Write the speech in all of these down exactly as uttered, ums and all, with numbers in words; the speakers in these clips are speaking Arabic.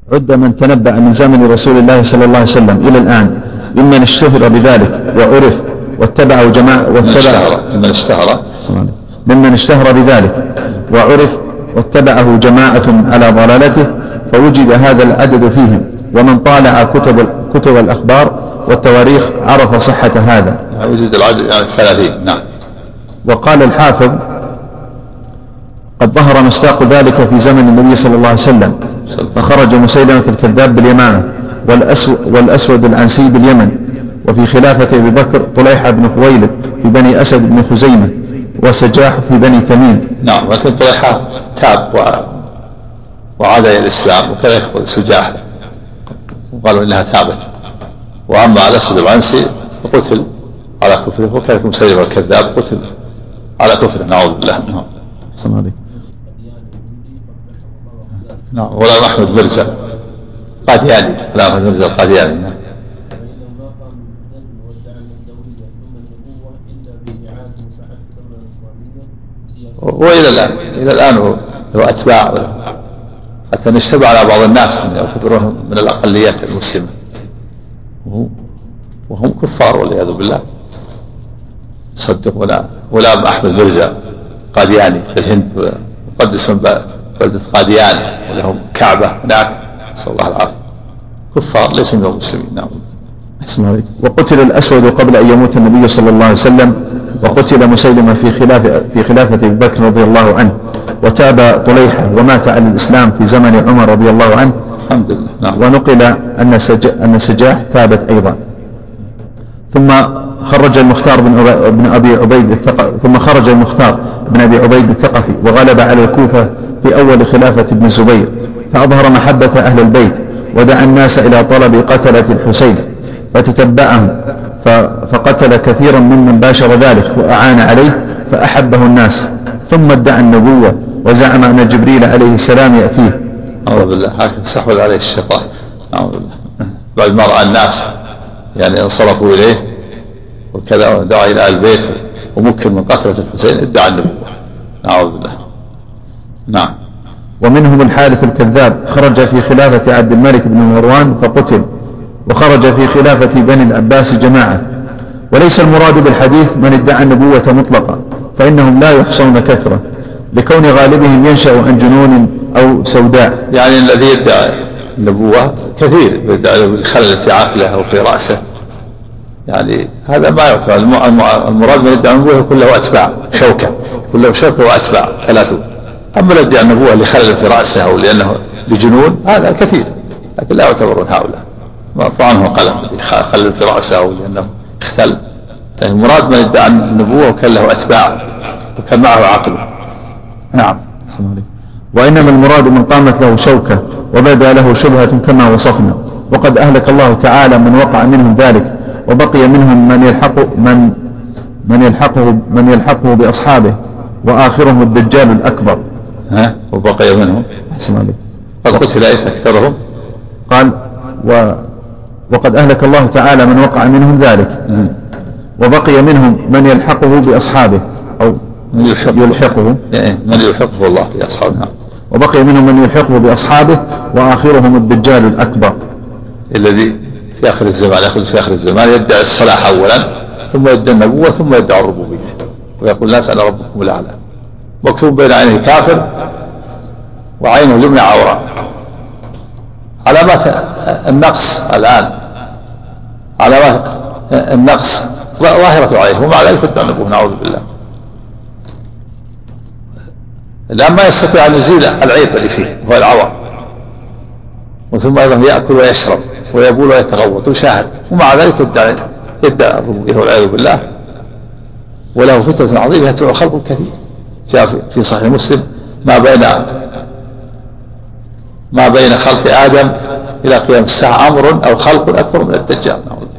عد من تنبأ من زمن رسول الله صلى الله عليه وسلم إلى الآن ممن اشتهر بذلك وعرف واتبعه جماعة واتبع ممن اشتهر ممن اشتهر بذلك وعرف واتبعه جماعة على ضلالته، فوجد هذا العدد فيهم، ومن طالع كتب كتب الأخبار والتواريخ عرف صحة هذا. وجد العدد يعني ثلاثين. نعم. وقال الحافظ: قد ظهر مصداق ذلك في زمن النبي صلى الله عليه وسلم، فخرج مسيلمة الكذاب باليمامة والأسود العنسي باليمن، وفي خلافة أبي بكر طليحة بن خويلد في بني أسد بن خزيمة، وسجاح في بني تميم. نعم. ولكن طليحة تاب و... وعاد إلى الإسلام، وكان يأخذ سجاح وقالوا إنها تابت. وأما الأسود العنسي فقتل على كفره، وكان مسيلمة الكذاب قتل على كفره. نعوذ بالله. نعم. نعم. ولا أحمد مرزا قادياني، لا أحمد مرزا القادياني. نعم. وإلى الآن إلى الآن هو له أتباع، حتى نجتمع على بعض الناس يعتبرونهم من الأقليات المسلمة وهم كفار والعياذ بالله. صدق ولا ولا أحمد مرزا قادياني في الهند، وقدس من بلدة قاديان، ولهم كعبة هناك، نسأل الله العافية. كفار ليسوا من المسلمين. نعم. وقتل الأسود قبل أن يموت النبي صلى الله عليه وسلم، وقتل مسيلمة في خلافة في خلافة أبي بكر رضي الله عنه، وتاب طليحة ومات على الإسلام في زمن عمر رضي الله عنه. الحمد لله. نعم. ونقل أن أن سجاح ثابت أيضا. ثم خرج المختار بن أبي عبيد الثقفي ثم خرج المختار بن أبي عبيد الثقفي وغلب على الكوفة في أول خلافة ابن الزبير، فأظهر محبة أهل البيت، ودعا الناس إلى طلب قتلة الحسين، فتتبعهم فقتل كثيرا ممن باشر ذلك وأعان عليه، فأحبه الناس، ثم ادعى النبوة وزعم أن جبريل عليه السلام يأتيه. أعوذ بالله. هكذا استحوذ عليه الشيطان. أعوذ بالله. بعد ما رأى الناس يعني انصرفوا إليه وكذا، ودعا إلى البيت ومكن من قتلة الحسين، ادعى النبوة. أعوذ بالله. نعم. ومنهم الحارث الكذاب، خرج في خلافة عبد الملك بن مروان فقتل، وخرج في خلافة بني العباس جماعة. وليس المراد بالحديث من ادعى النبوة مطلقا، فإنهم لا يحصون كثرة، لكون غالبهم ينشأ عن جنون أو سوداء. يعني الذي يدعى النبوة كثير، يدعى بالخلل في عقله أو في رأسه، يعني هذا ما يعتبر. المراد من يدعى النبوة كله أتباع شوكة، كله شوكة وأتباع ثلاثون. أما الذي يدعى النبوة لخلل في رأسه أو لأنه لجنون، هذا كثير، لكن لا يعتبرون هؤلاء. مرفوع عنه قلم خلل في رأسه أو لأنه اختل. المراد من يدعى النبوة وكان له أتباع وكان معه عقله. نعم. وإنما المراد من قامت له شوكة وبدا له شبهة كما وصفنا. وقد أهلك الله تعالى من وقع منهم ذلك، وبقي منهم من يلحق من من يلحقه من يلحقه بأصحابه، وآخرهم الدجال الأكبر. ها وبقي منهم قد قتل أكثرهم. قال و وقد أهلك الله تعالى من وقع منهم ذلك، وبقي منهم من يلحقه بأصحابه أو من يلحقه, يلحقه من يلحقه الله بأصحابه. وبقي منهم من يلحقه بأصحابه، وآخرهم الدجال الأكبر الذي في آخر الزمان، يأخذ في آخر الزمان يدعي الصلاح أولا، ثم يدعي النبوة، ثم يدعي الربوبية، ويقول الناس أنا ربكم الأعلى، مكتوب بين عينه كافر وعينه اليمنى عوراء. علامات النقص الآن، علامات النقص ظاهرة عليه، ومع ذلك يدعي النبوة. نعوذ بالله. الآن ما يستطيع أن يزيل العيب اللي فيه وهو العور، وثم أيضا يأكل ويشرب ويبول ويتغوط ويشاهد، ومع ذلك يدعي يدعي الربوبية والعياذ بالله. وله فتنة عظيمة يتبع خلق كثير. جاء في صحيح مسلم ما بين ما بين خلق آدم إلى قيام الساعة أمر أو خلق أكبر من الدجال.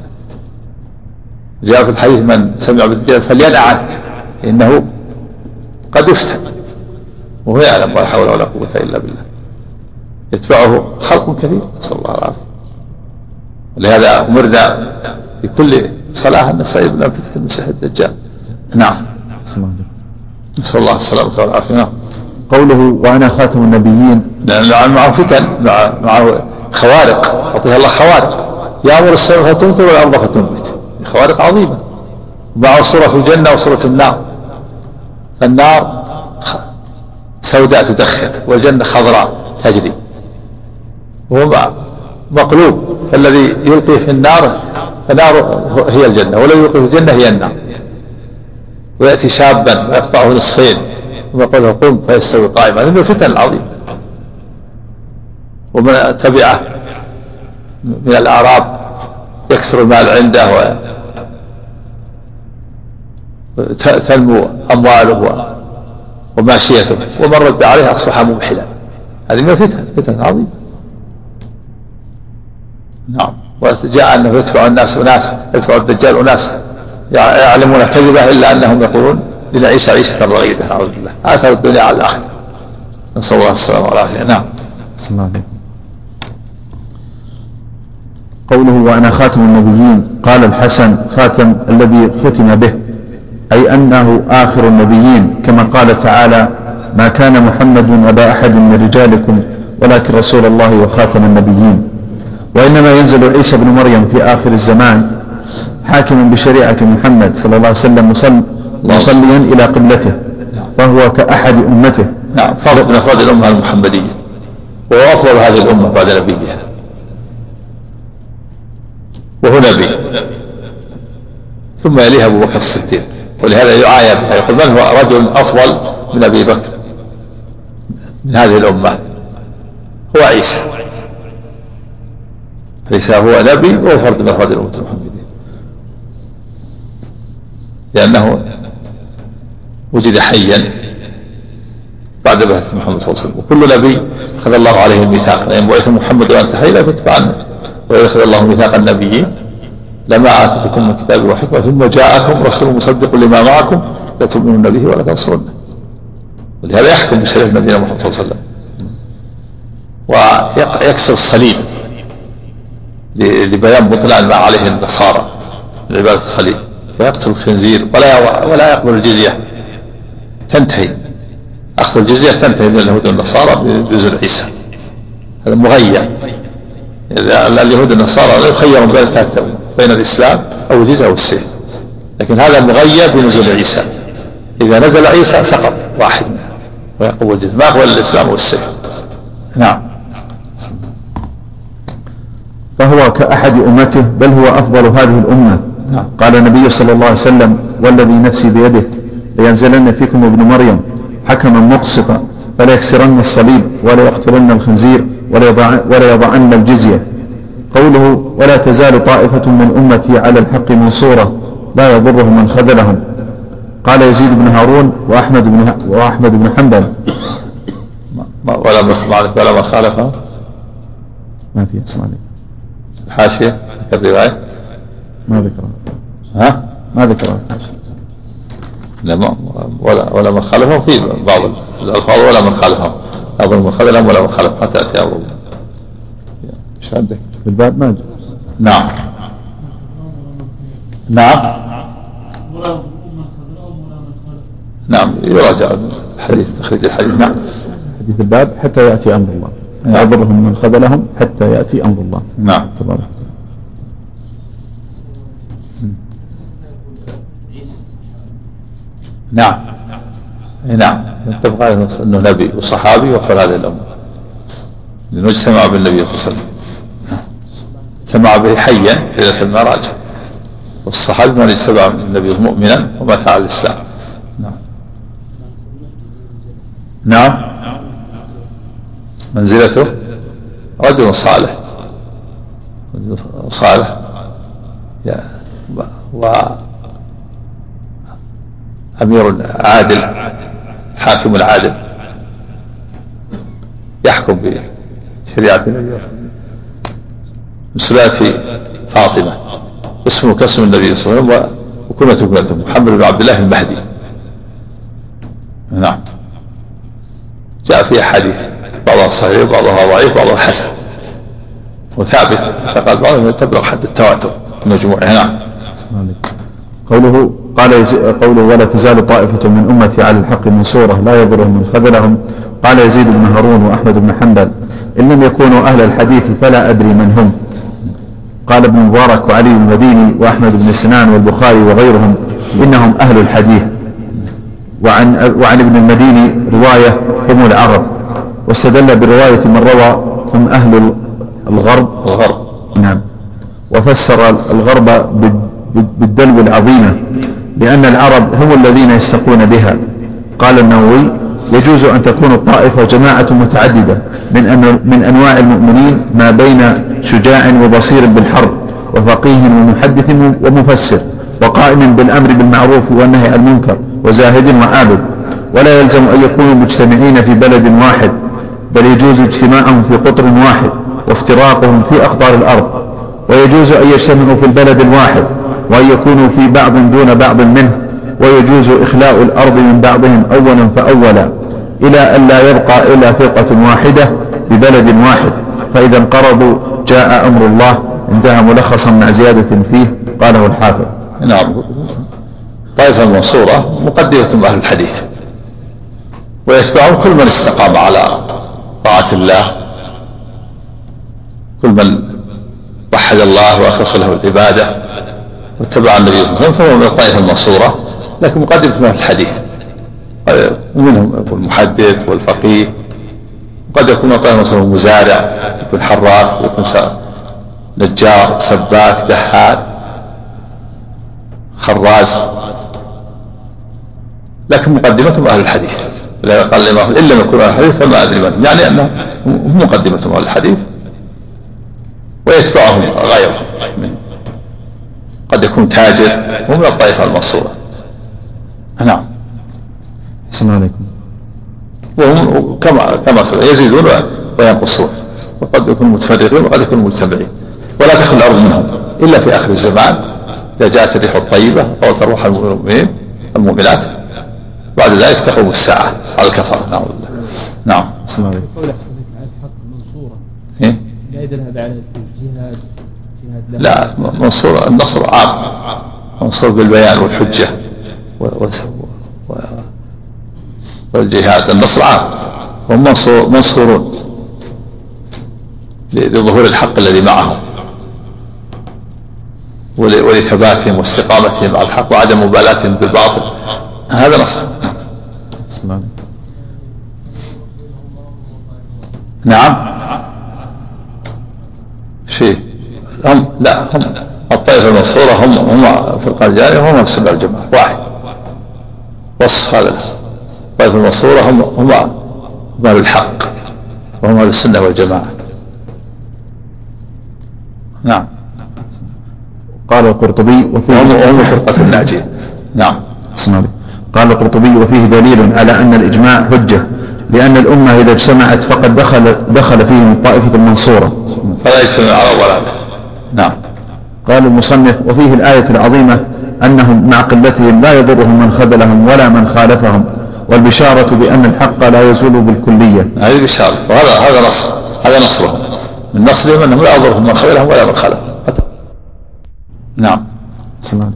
جاء في الحديث من سمع بالدجال فلينأ عنه إنه قد يفتن، وهو يعلم ولا حول ولا قوة إلا بالله. يتبعه خلق كثير، نسأل الله العافية. ولهذا أمرنا في كل صلاة أن نستعيذ بالله من فتنة المسيح الدجال. نعم. نسأل الله السلامة والعافية. نعم. قوله وأنا خاتم النبيين، لأن معه فتن، معه خوارق أعطيها الله خوارق، يأمر السماء فتمطر والأرض فتنبت، خوارق عظيمة. ومعه صورة الجنة وصورة النار، فالنار سوداء تدخن والجنة خضراء تجري، وهو مقلوب، فالذي يلقي في النار فنار هي الجنة، والذي يلقي في الجنة هي النار. ويأتي شابا فيقطعه نصفين ويقول له قم فيستوي قائما. هذه من الفتن العظيمة. ومن تبعه من الأعراب يكسر المال عنده وتنمو أمواله وماشيته، ومن رد عليه أصبح مبحلا. هذه من الفتن، فتن عظيمة. نعم. وجاء أنه يتبع الناس أناس، يتبع الدجال أناس يعلمون كذبه إلا أنهم يقولون لنعيش عيشة رغيدة. نعوذ بالله. آثر الدنيا على الآخرة، نسأل الله السلامة والعافية. نعم. بسم الله. قوله وأنا خاتم النبيين، قال الحسن خاتم الذي ختم به، أي أنه آخر النبيين، كما قال تعالى ما كان محمد أبا أحد من رجالكم ولكن رسول الله وخاتم النبيين. وإنما ينزل عيسى بن مريم في آخر الزمان حاكما بشريعة محمد صلى الله عليه وسلم مصليا إلى قبلته، فهو كأحد أمته. نعم. فرد من أفراد الأمة المحمدية، وهو أفضل هذه الأمة بعد نبيها، وهو نبي، ثم يليها أبو بكر الصديق. ولهذا يعايا بها، يقول من هو رجل أفضل من أبي بكر من هذه الأمة؟ هو عيسى. عيسى هو نبي وهو فرد من أفراد الأمة المحمدية، لأنه وجد حيا بعد بعثة محمد صلى الله عليه وسلم. وكل نبي أخذ الله عليه الميثاق، لأن بعث محمد وأنت حي لا كتب عنه، ويأخذ الله ميثاق النبيين لما آتيتكم من كتاب وحكمة ثم جاءكم رسول مصدق لما معكم لتؤمنون به ولا تنصرونه. ولهذا يحكم بشريعة نبينا محمد صلى الله عليه وسلم، ويكسر الصليب لبيان بطلان ما عليه النصارى من عبادة الصليب، ويقتل الخنزير ولا ولا يقبل الجزية، تنتهي أخذ الجزية تنتهي من اليهود والنصارى بنزول عيسى. هذا مغير. اليهود والنصارى يخيرون بين ثلاثة أمور، بين الإسلام أو الجزية أو السيف، لكن هذا مغير بنزول عيسى. إذا نزل عيسى سقط واحد منها ويقبل الجزية، ما يقبل الإسلام أو السيف. نعم. فهو كأحد أمته، بل هو أفضل هذه الأمة. نعم. قال النبي صلى الله عليه وسلم والذي نفسي بيده لينزلن فيكم ابن مريم حكما مقسطا فلا يكسرن الصليب ولا يقتلن الخنزير ولا يضعن الجزية. قوله ولا تزال طائفة من أمتي على الحق منصورة لا يضرهم من خذلهم. قال يزيد بن هارون وأحمد بن وأحمد بن حنبل ولا ولا من خالفه ما في أصلا الحاشية الرواية ما ذكرها. ها ما ذكرها. لا ولا ولا من خالفهم في بعض الألفاظ ولا من خالفهم، لا من خذلهم ولا من خالفهم حتى يأتي أمر الله. ايش عندك في الباب؟ ما جاء. نعم. نعم. نعم يراجع الحديث، تخريج الحديث. نعم. حديث الباب حتى يأتي أمر الله، لا يضرهم من خذلهم حتى يأتي أمر الله. نعم. تبارك. نعم. نعم. نتفق على أنه نبي وصحابي وفر هذه الأمة، لأنه اجتمع بالنبي صلى الله عليه وسلم، اجتمع به حيا ليلة المعراج، والصحابي من اجتمع بالنبي مؤمنا ومات على الإسلام. نعم. نعم. منزلته رجل صالح، رجل صالح وأمير عادل، حاكم العادل يحكم بشريعة النبي من سلالة فاطمة، اسمه كاسم النبي صلى الله عليه وسلم وكنيته ابنته محمد بن عبد الله المهدي. نعم. جاء في أحاديث بعضها صحيح بعضها ضعيف بعضها حسن وثابت، قال بعضهم تبلغ حد التواتر مجموعها. نعم. قوله قال قوله ولا تزال طائفة من أمتي على الحق منصورة لا يضرهم من خذلهم. قال يزيد بن هارون وأحمد بن حنبل إن لم يكونوا أهل الحديث فلا أدري من هم. قال ابن مبارك وعلي بن المديني وأحمد بن سنان والبخاري وغيرهم إنهم أهل الحديث. وعن, وعن ابن المديني رواية هم العرب، واستدل برواية من روى هم أهل الغرب الغرب نعم، وفسر الغرب بالدلو العظيمة لأن العرب هم الذين يستقون بها. قال النووي يجوز أن تكون الطائفة جماعة متعددة من, أن من أنواع المؤمنين ما بين شجاع وبصير بالحرب وفقيه ومحدث ومفسر وقائم بالأمر بالمعروف والنهي عن المنكر وزاهد وعابد، ولا يلزم أن يكونوا مجتمعين في بلد واحد، بل يجوز اجتماعهم في قطر واحد وافتراقهم في أقطار الأرض، ويجوز أن يجتمعوا في البلد الواحد وأن يكونوا في بعض دون بعض منه، ويجوز إخلاء الأرض من بعضهم أولا فأولا إلى أن لا يبقى إلا فرقة واحدة ببلد واحد، فإذا انقرضوا جاء أمر الله. انتهى ملخصا مع زيادة فيه. قاله الحافظ. نعم. طائفة المنصورة مقدمة أهل الحديث، ويتبعهم كل من استقام على طاعة الله، كل من وحد الله وأخلص له العبادة واتبع النبي صلى الله عليه وسلم، فهو من الطائفة المنصورة، لكن مقدمة أهل الحديث، ومنهم المحدث والفقيه. قد يكون الطائفة المنصورة مزارع، يكون حراث، يكون نجار، سباك، دحال، خراز، لكن مقدمتهم أهل الحديث. لا قال الإمام إن لم يكونوا أهل الحديث فما أدري من، يعني أنهم هم مقدمتهم أهل الحديث ويتبعهم غيرهم، من قد يكون تاجر ومن الطائفة المنصورة. نعم. السلام عليكم. وهم كما كما يزيدون وينقصون، وقد يكونوا متفرقين وقد يكونوا مجتمعين، ولا تخلو الأرض منهم إلا في آخر الزمان إذا جاءت الريح الطيبة طوت الروح المؤمنين المؤمنات، بعد ذلك تقوم الساعة على الكفرة. نعم. نعم. السلام عليكم. قول الحق منصورة إيه؟ لا يدل هذا على الجهاد. جهاد لا، منصور النصر عام، منصور بالبيان والحجة والجهاد. النصر عام، هم منصورون لظهور الحق الذي معهم ولثباتهم واستقامتهم على الحق وعدم مبالاتهم بالباطل، هذا نصر. نعم. شيء هم لا هم الطائفة المنصورة هم هم فرقة الجارية هم السنة والجماعة واحد، وصف هذا الطائفة المنصورة هم هم أهل الحق وهم أهل السنة والجماعة. نعم. قال القرطبي وفيه وهم فرقة الناجية. نعم. قال القرطبي وفيه دليل على أن الإجماع حجة، لأن الأمة إذا اجتمعت فقد دخل دخل فيهم الطائفة المنصورة فلا يجتمع على ضلاله. نعم. قال المصنف وفيه الآية العظيمة أنهم مع قلتهم لا يضرهم من خذلهم ولا من خالفهم، والبشارة بأن الحق لا يزول بالكلية. هذه البشارة، وهذا هذا نصر، هذا نصرهم، من نصرهم أنهم لا يضرهم من خذلهم ولا من خالفهم. نعم. سلام.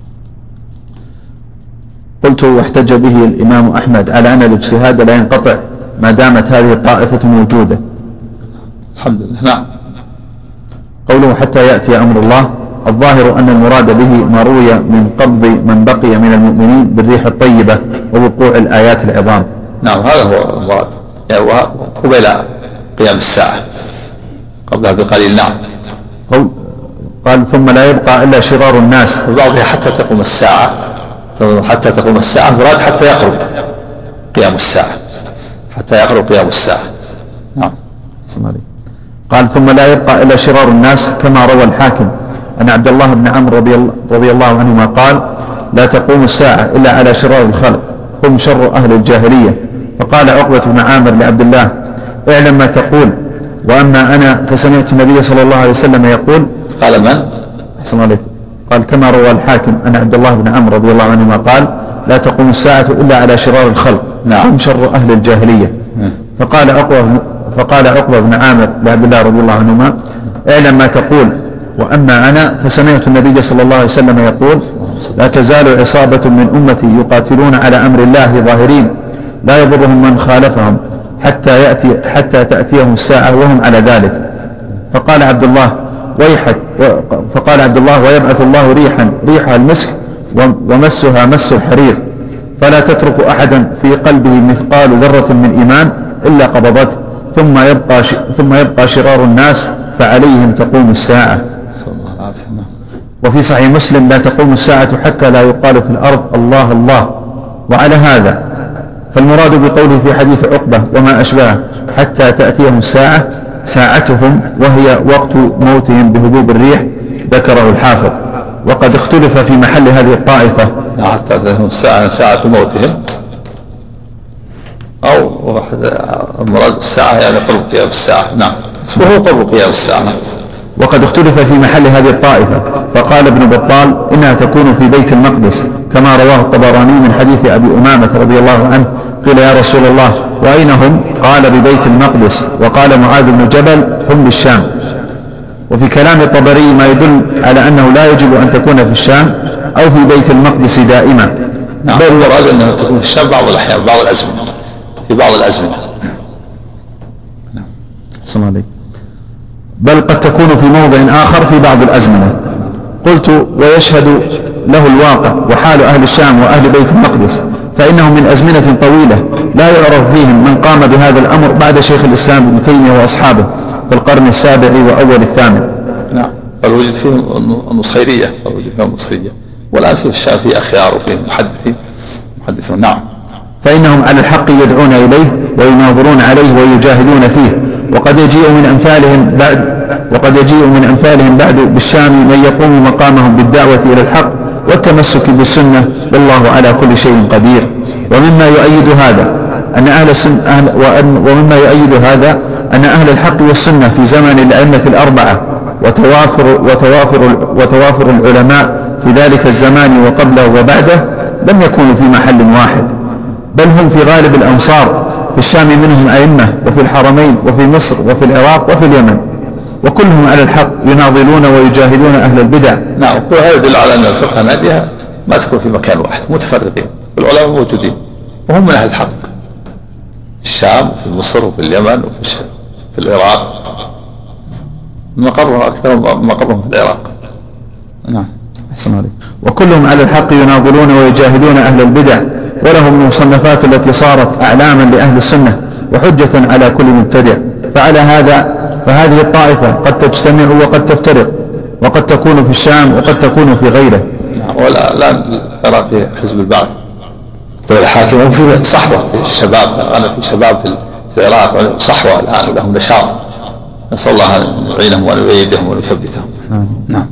قلت واحتج به الإمام أحمد على أن الاجتهاد لا ينقطع ما دامت هذه الطائفة موجودة. الحمد لله. نعم. قوله حتى يأتي أمر الله، الظاهر أن المراد به ما روي من قبض من بقي من المؤمنين بالريح الطيبة ووقوع الآيات العظام. نعم، هذا هو المراد، يعني قبل قيام الساعة، قبلها بقليل. نعم. قال ثم لا يبقى إلا شرار الناس، وبعضها حتى تقوم الساعة، حتى تقوم الساعة، مراد حتى يقرب قيام الساعة، حتى يقرب قيام الساعة. نعم. قال ثم لا يبقى إلا شرار الناس، كما روى الحاكم أن عبد الله بن عمرو رضي الله عنهما قال لا تقوم الساعة إلا على شرار الخلق، هم شر أهل الجاهلية. فقال عقبة بن عامر لعبد الله اعلم ما تقول، وأما أنا فسمعت النبي صلى الله عليه وسلم يقول. قال من؟ أحسن عليكم. قال كما روى الحاكم أن عبد الله بن عمرو رضي الله عنهما قال لا تقوم الساعة إلا على شرار الخلق، نعم. هم شر أهل الجاهلية. فقال عقبة فقال عقبة بن عامر لعبد الله رضي الله عنهما اعلم ما تقول، وأما أنا فسمعت النبي صلى الله عليه وسلم يقول لا تزال عصابة من أمتي يقاتلون على أمر الله ظاهرين لا يضرهم من خالفهم حتى يأتي حتى تأتيهم الساعة وهم على ذلك. فقال عبد الله ويحك فقال عبد الله ويبعث الله ريحا ريحها المسك ومسها مس الحرير، فلا تترك أحدا في قلبه مثقال ذرة من إيمان إلا قبضته، ثم يبقى ثم يبقى شرار الناس فعليهم تقوم الساعة. وفي صحيح مسلم لا تقوم الساعة حتى لا يقال في الأرض الله الله. وعلى هذا فالمراد بقوله في حديث عقبة وما أشبهه حتى تأتيهم الساعة ساعتهم وهي وقت موتهم بهبوب الريح، ذكره الحافظ. وقد اختلف في محل هذه الطائفة حتى تأتيهم الساعة ساعة موتهم، أو المراد الساعة يعني قرب قيام الساعة. نعم، وهو قرب قيام الساعة. وقد اختلف في محل هذه الطائفة، فقال ابن بطال إنها تكون في بيت المقدس كما رواه الطبراني من حديث أبي أمامة رضي الله عنه. قيل يا رسول الله وأين هم؟ قال ببيت المقدس. وقال معاذ بن جبل هم بالشام. وفي كلام الطبري ما يدل على أنه لا يجب أن تكون في الشام أو في بيت المقدس دائما. نعم، بل المراد أنها تكون في الشام بعض الأحيان، بعض الأزمنة، في بعض الأزمنة. نعم. عليك. بل قد تكون في موضع آخر في بعض الأزمنة. قلت ويشهد له الواقع وحال أهل الشام وأهل بيت المقدس، فإنهم من أزمنة طويلة لا يعرف فيهم من قام بهذا الأمر بعد شيخ الإسلام ابن تيمية وأصحابه في القرن السابع وأول الثامن. نعم، فالوجد فيهم النصيرية، فالوجد فيهم النصيرية، والآن في الشام في أخيار وفي محدثين محدثون. نعم، فإنهم على الحق يدعون إليه ويناظرون عليه ويجاهدون فيه. وقد يجيء من أمثالهم بعد وقد يجيء من أمثالهم بعد بالشام من يقوم مقامهم بالدعوة إلى الحق والتمسك بالسنة، والله على كل شيء قدير. ومما يؤيد هذا أن أهل السنة أهل ومما يؤيد هذا أن أهل الحق والسنة في زمن الأئمة الأربعة وتوافر وتوافر وتوافر العلماء في ذلك الزمان وقبله وبعده لم يكونوا في محل واحد، بل هم في غالب الأمصار. في الشام منهم أئمة، وفي الحرمين، وفي مصر، وفي العراق، وفي اليمن، وكلهم على الحق يناضلون ويجاهدون أهل البدع. نعم، كل هذا يدل على أن الفقه الناجية ما تكون في مكان واحد، متفرقين، والعلماء موجودين وهم من أهل الحق في الشام وفي مصر وفي اليمن وفي في العراق، مقرهم أكثر مقرهم في العراق. نعم، أحسن عليك. وكلهم على الحق يناضلون ويجاهدون أهل البدع، ولهم المصنفات التي صارت أعلاما لأهل السنة وحجة على كل مبتدع. فعلى هذا فهذه الطائفة قد تجتمع وقد تفترق، وقد تكون في الشام وقد تكون في غيره. ولا لا أرى في حزب البعث الحاكم في صحوة في الشباب، أنا في شباب في العراق صحوة الآن لهم نشاط، نسأل الله أن يعينهم وأن يؤيدهم وأن يثبتهم. نعم.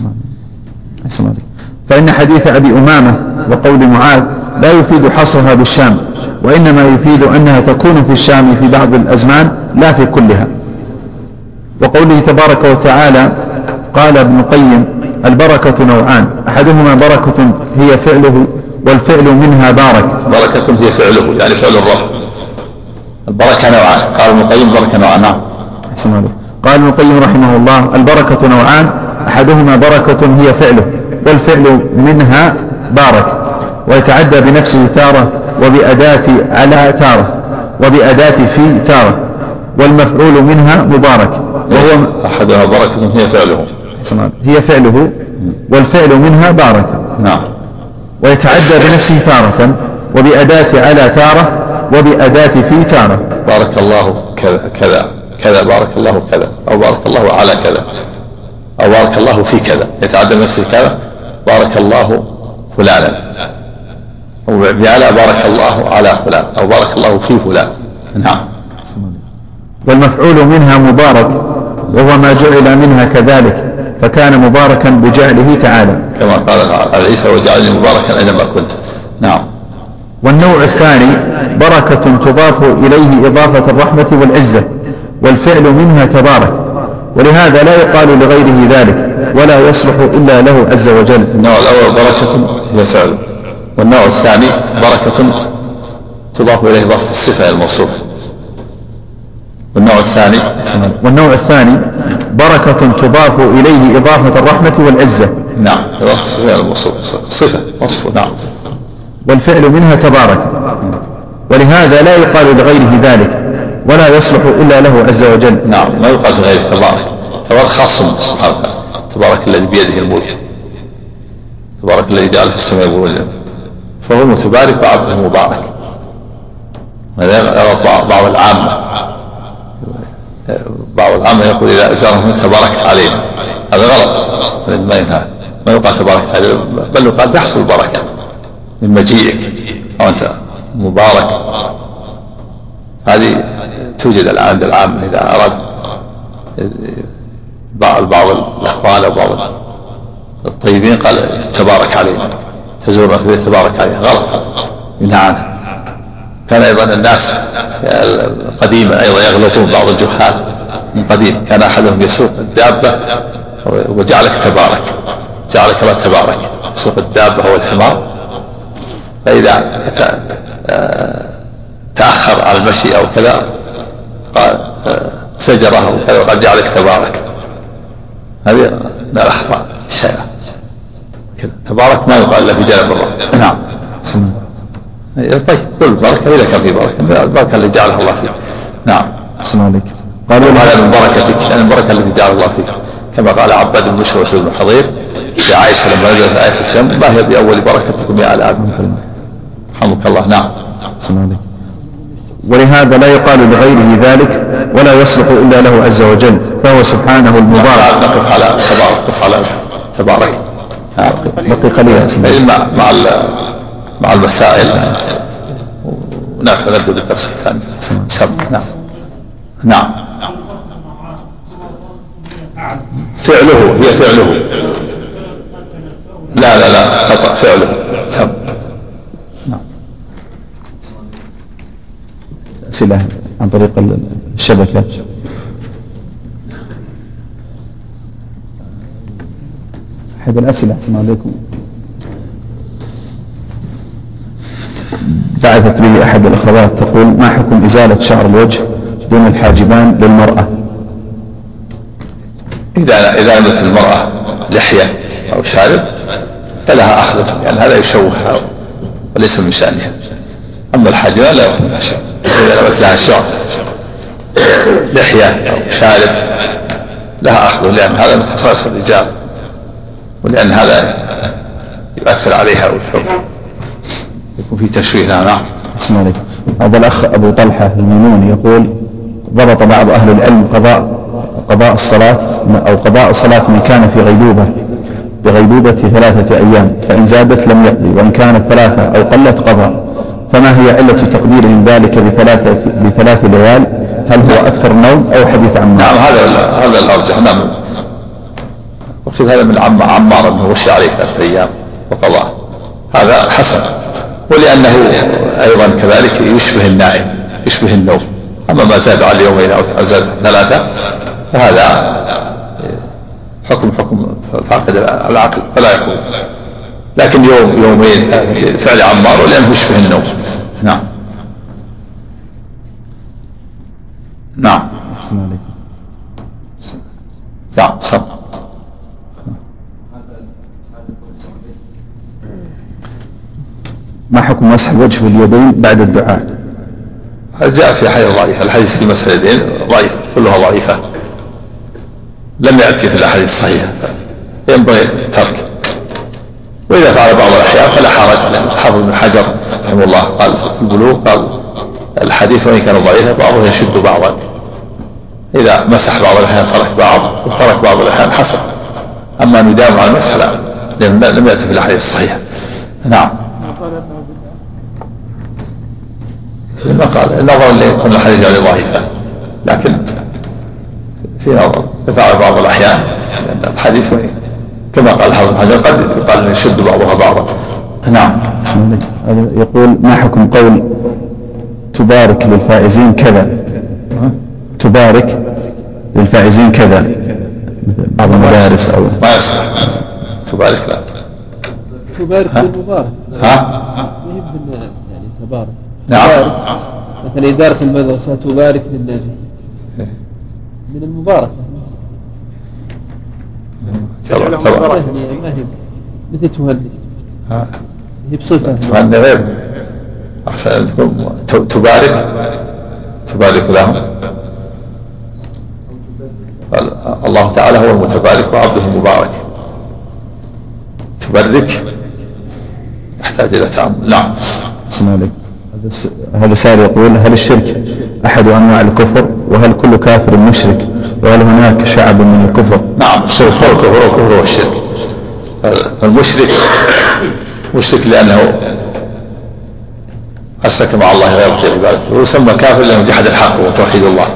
فإن حديث أبي أمامة وقول معاذ لا يفيد حصرها بالشام، وإنما يفيد أنها تكون في الشام في بعض الأزمان لا في كلها. وقوله تبارك وتعالى قال ابن القيم البركة نوعان، أحدهما بركة هي فعله والفعل منها بارك. بركة هي فعله يعني فعل الرب. البركة نوعان، قال ابن القيم بركة نوعان. نعم. قال ابن القيم رحمه الله البركة نوعان، أحدهما بركة هي فعله والفعل منها بارك، ويتعدى بنفسه تارة وبأداة على تارة وبأداة في تارة، والمفعول منها مبارك. وهو أحدها بركة هي فعله هي فعله والفعل منها بارك. نعم. ويتعدى بنفسه تارة وبأداة على تارة وبأداة في تارة. بارك الله كذا كذا كذا، بارك الله كذا، أو بارك الله على كذا، أو بارك الله في كذا، يتعدى بنفسه كذا، بارك الله فلانا، أو بعلى بارك الله على فلان، أو بارك الله في فلان. نعم. والمفعول منها مبارك، وهو ما جعل منها كذلك، فكان مباركا بجعله تعالى كما قال عيسى وجعلني مباركا أينما كنت. نعم. والنوع الثاني بركة تضاف إليه إضافة الرحمة والعزة، والفعل منها تبارك، ولهذا لا يقال لغيره ذلك ولا يصلح إلا له عز وجل. النوع الأول بركة هي فعل، والنوع الثاني بركة تضاف إليه إضافة الصفة الموصوف. والنوع الثاني والنوع الثاني بركة تضاف إليه إضافة الرحمة والعزة. نعم، إضافة الصفة الموصوف، صفة وصف. نعم. والفعل منها تبارك، ولهذا لا يقال لغيره ذلك ولا يصلح إلا له عز وجل. نعم، ما يقال في غير تبارك. تبارك خاص سبحانه وتعالى. تبارك الذي بيده الملك، تبارك الذي جعل في السماء بروجا، فهو متبارك وعبده مبارك. هذا غلط بعض العامة. بعض العامة يقول إذا أزارهم تباركت علينا، هذا غلط. ما ينهى، ما يقال تباركت علينا، بل يقال تحصل البركة من مجيئك، أو أنت مبارك. هذه توجد عند العامة إذا أراد بعض الأخوان أو بعض الطيبين قال تبارك علينا، تزورنا في البيت تبارك علينا، غلط، ينهى عنه. كان أيضا الناس قديما أيضا يغلطون، بعض الجهال من قديم كان أحدهم يسوق الدابة وجعلك تبارك، جعلك الله تبارك، يسوق الدابة والحمار، فإذا تأخر على المشي أو كذا قال سجره وكذا وقال جعلك تبارك. هذه من الأخطاء الشائعة. تبارك ما يقال إلا في جانب الرب. نعم. طيب، كل بركة إذا كان في بركة، البركة اللي جعلها الله فيك. نعم. السلام عليكم. قالوا هذا من بركتك، يعني البركة التي جعل الله فيك، كما قال عباد بن بشر وسيد بن حضير لعائشة لما نزلت آية التيمم: ما هي بأول بركتكم يا آل آدم؟ رحمك الله. نعم. السلام عليكم. ولهذا لا يقال لغيره ذلك ولا يصلح إلا له عز وجل، فهو سبحانه المبارك. نقف على تبارك، نقف على تبارك. بقي قليلا مع مع مع المسائل، ونحن نبدأ بالدرس الثاني. سم. نعم. نعم. فعله، هي فعله. لا لا لا خطأ، فعله. سم. نعم. أسئلة عن طريق الشبكة. أحد الأسئلة. السلام عليكم. بعثت لي أحد الأخوات تقول: ما حكم إزالة شعر الوجه دون الحاجبان للمرأة؟ إذا إذا لمت المرأة لحية أو شارب فلها أخذ، لأن يعني هذا يشوهها وليس من شأنها. أما الحاجبان لا يأخذ منها شيء. إذا لمت لها الشعر لحية أو شارب لها أخذ، لأن هذا من خصائص الرجال، ولأن هذا يؤثر عليها يكون في تشويه. نعم. بسم الله. هذا الأخ أبو طلحة الميموني يقول: ضبط بعض أهل العلم قضاء قضاء الصلاة أو قضاء الصلاة من كان في غيبوبة بغيبوبة ثلاثة أيام، فإن زادت لم يقضي، وإن كانت ثلاثة أو قلت قضى. فما هي علة تقديرهم ذلك بثلاثة بثلاث ليال؟ هل هو أكثر نوم أو حديث عمار؟ نعم، هذا هذا الأرجح. نعم. وأخذ هذا من عمار أنه وشي عليه ثلاثة أيام وقضاه، هذا حسن. ولأنه أيضا كذلك يشبه النائم، يشبه النوم. أما ما زاد على اليومين أو زاد ثلاثة فهذا حكم حكم فاقد العقل فلا يكون. لكن يوم يومين فعل عمار ولأنه يشبه النوم. نعم. نعم. نعم. صح. ما حكم مسح الوجه واليدين بعد الدعاء؟ جاء في حديث ضعيف. الحديث في مسح اليدين ضعيف، كلها ضعيفة، لم يأتي في الأحاديث الصحيحة، ينبغي الترك. وإذا فعل بعض الأحيان فلا حرج، لأن حافظ بن حجر رحمه الله قال في البلوغ قال الحديث وإن كان ضعيفا بعضه يشد بعضا. إذا مسح بعض الأحيان ترك بعض، وترك بعض الأحيان حسن. أما أن يداوم على المسح لا، لأن لم يأتي في الأحاديث الصحيحة. نعم. لما قال النظر اللي يكون الحديث يعني ضعيفة، لكن في نظر يفعل بعض الأحيان، لأن الحديث كما قال حافظ بن حجر قد يقال يشد بعضها بعضا. نعم. يقول: ما حكم قول تبارك للفائزين كذا؟ تبارك للفائزين كذا مثل بعض المدارس أو ما يصح. تبارك لا تبارك بالمبارك. ها؟ يهب يعني تبارك. نعم. تبارك. مثلا إدارة المدرسة تبارك للناجحين من المبارك. تبارك تبارك ما هي مثل تهني. هي بصفة تهني غير عشان تبارك تبارك لهم. الله تعالى هو المتبارك وعبده المبارك. تبرك يحتاج إلى تأمل. نعم. هذا سائل يقول: هل الشرك أحد أنواع الكفر؟ وهل كل كافر مشرك؟ وهل هناك شعب من الكفر؟ نعم، الشرك هو الكفر والكفر هو الشرك. فالمشرك مشرك لأنه أشرك مع الله غيره في عبادته، ويسمى كافر لأنه جحد الحق وتوحيد الله.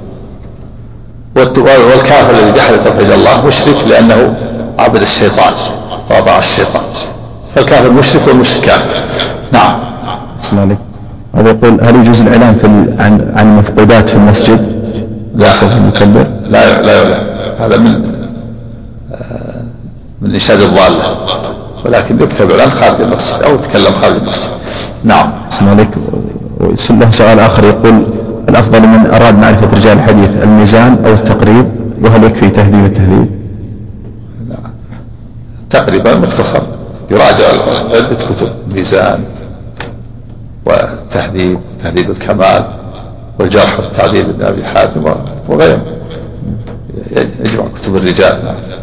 والكافر الذي جحد توحيد الله مشرك لأنه عبد الشيطان وأطاع الشيطان. فالكافر مشرك والمشرك كافر. نعم. بسم الله. هذا يقول: هل يجوز الإعلان في عن عن المفقودات في المسجد؟ لا المكبر لا لا يعلن، هذا من آه من إنشاد الضالة، ولكن يكتب الآن خارج المسجد أو يتكلم خارج المسجد. نعم. بسم الله. له سؤال آخر يقول: الأفضل من أراد معرفة رجال الحديث الميزان أو التقريب، وهل يكفي تهذيب التهذيب؟ لا، تقريبا مختصر، يراجع عدة كتب: ميزان والتهذيب تهذيب الكمال والجرح والتعديل ابن أبي حاتم وغيره، يجمع كتب الرجال.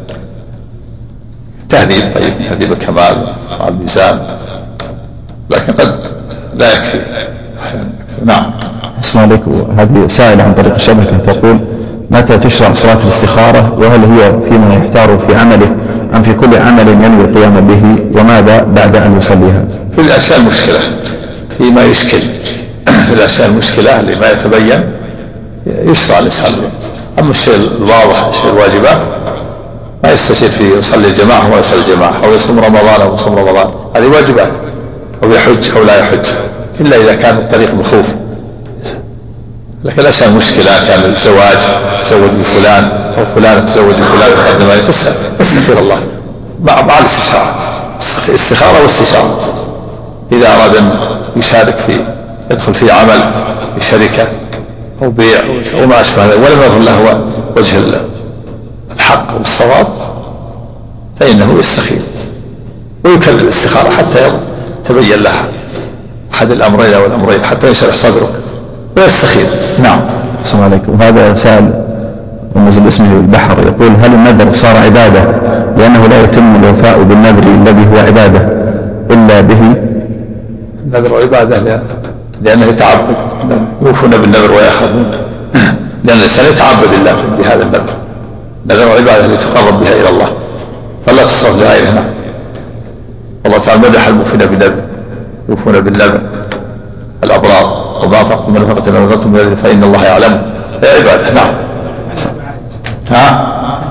تهذيب طيب تهذيب الكمال مع الميزان، لكن قد لا يكفي. نعم. بسم الله. هذه سائلة عن طريق الشبكة تقول: متى تشرع صلاة الاستخارة؟ وهل هي فيما يحتار في عمله أم في كل عمل ينوي القيام به؟ وماذا بعد أن يصليها؟ في الأشياء المشكلة فيما يشكل في الأشياء المشكلة اللي ما يتبين يشرع الإنسان. أما الشيء الواضح شيء الواجبات ما يستشير فيه، يصلي الجماعة ولا يصلي الجماعة، أو يصوم رمضان أو يصوم رمضان، هذه واجبات، أو يحج أو لا يحج، إلا إذا كان الطريق مخوف. لكن الأشياء المشكلة كان الزواج، تزوج بفلان أو فلان تزوج بفلان تقدم عليه، فاستخير الله مع مع الاستشارة، استخارة واستشارة. إذا أراد أن يشارك في يدخل في عمل في شركة أو بيع وما أشبه ذلك ولم يظهر له وجه الحق والصواب، فإنه يستخير ويكرر الاستخارة حتى تبين لها أحد الأمرين أو الأمرين، حتى يشرح صدره ويستخير. نعم. السلام عليكم. وهذا سأل ونزل اسمه البحر يقول: هل النذر صار عبادة لأنه لا يتم الوفاء بالنذر الذي هو عبادة إلا به؟ النذر عبادة لأنه يتعبد، يوفون بالنذر ويأخذون، لأن الإنسان يتعبد الله بهذا النذر. النذر عبادة لتقرب بها إلى الله، فلا تصرف لغيرها. الله تعالى مدح الموفين بالنذر، يوفون بالنذر الأبرار. وما أنفقتم من نفقة أو نذرتم من نذر فإن الله يعلم، هي عبادة. نعم. ها؟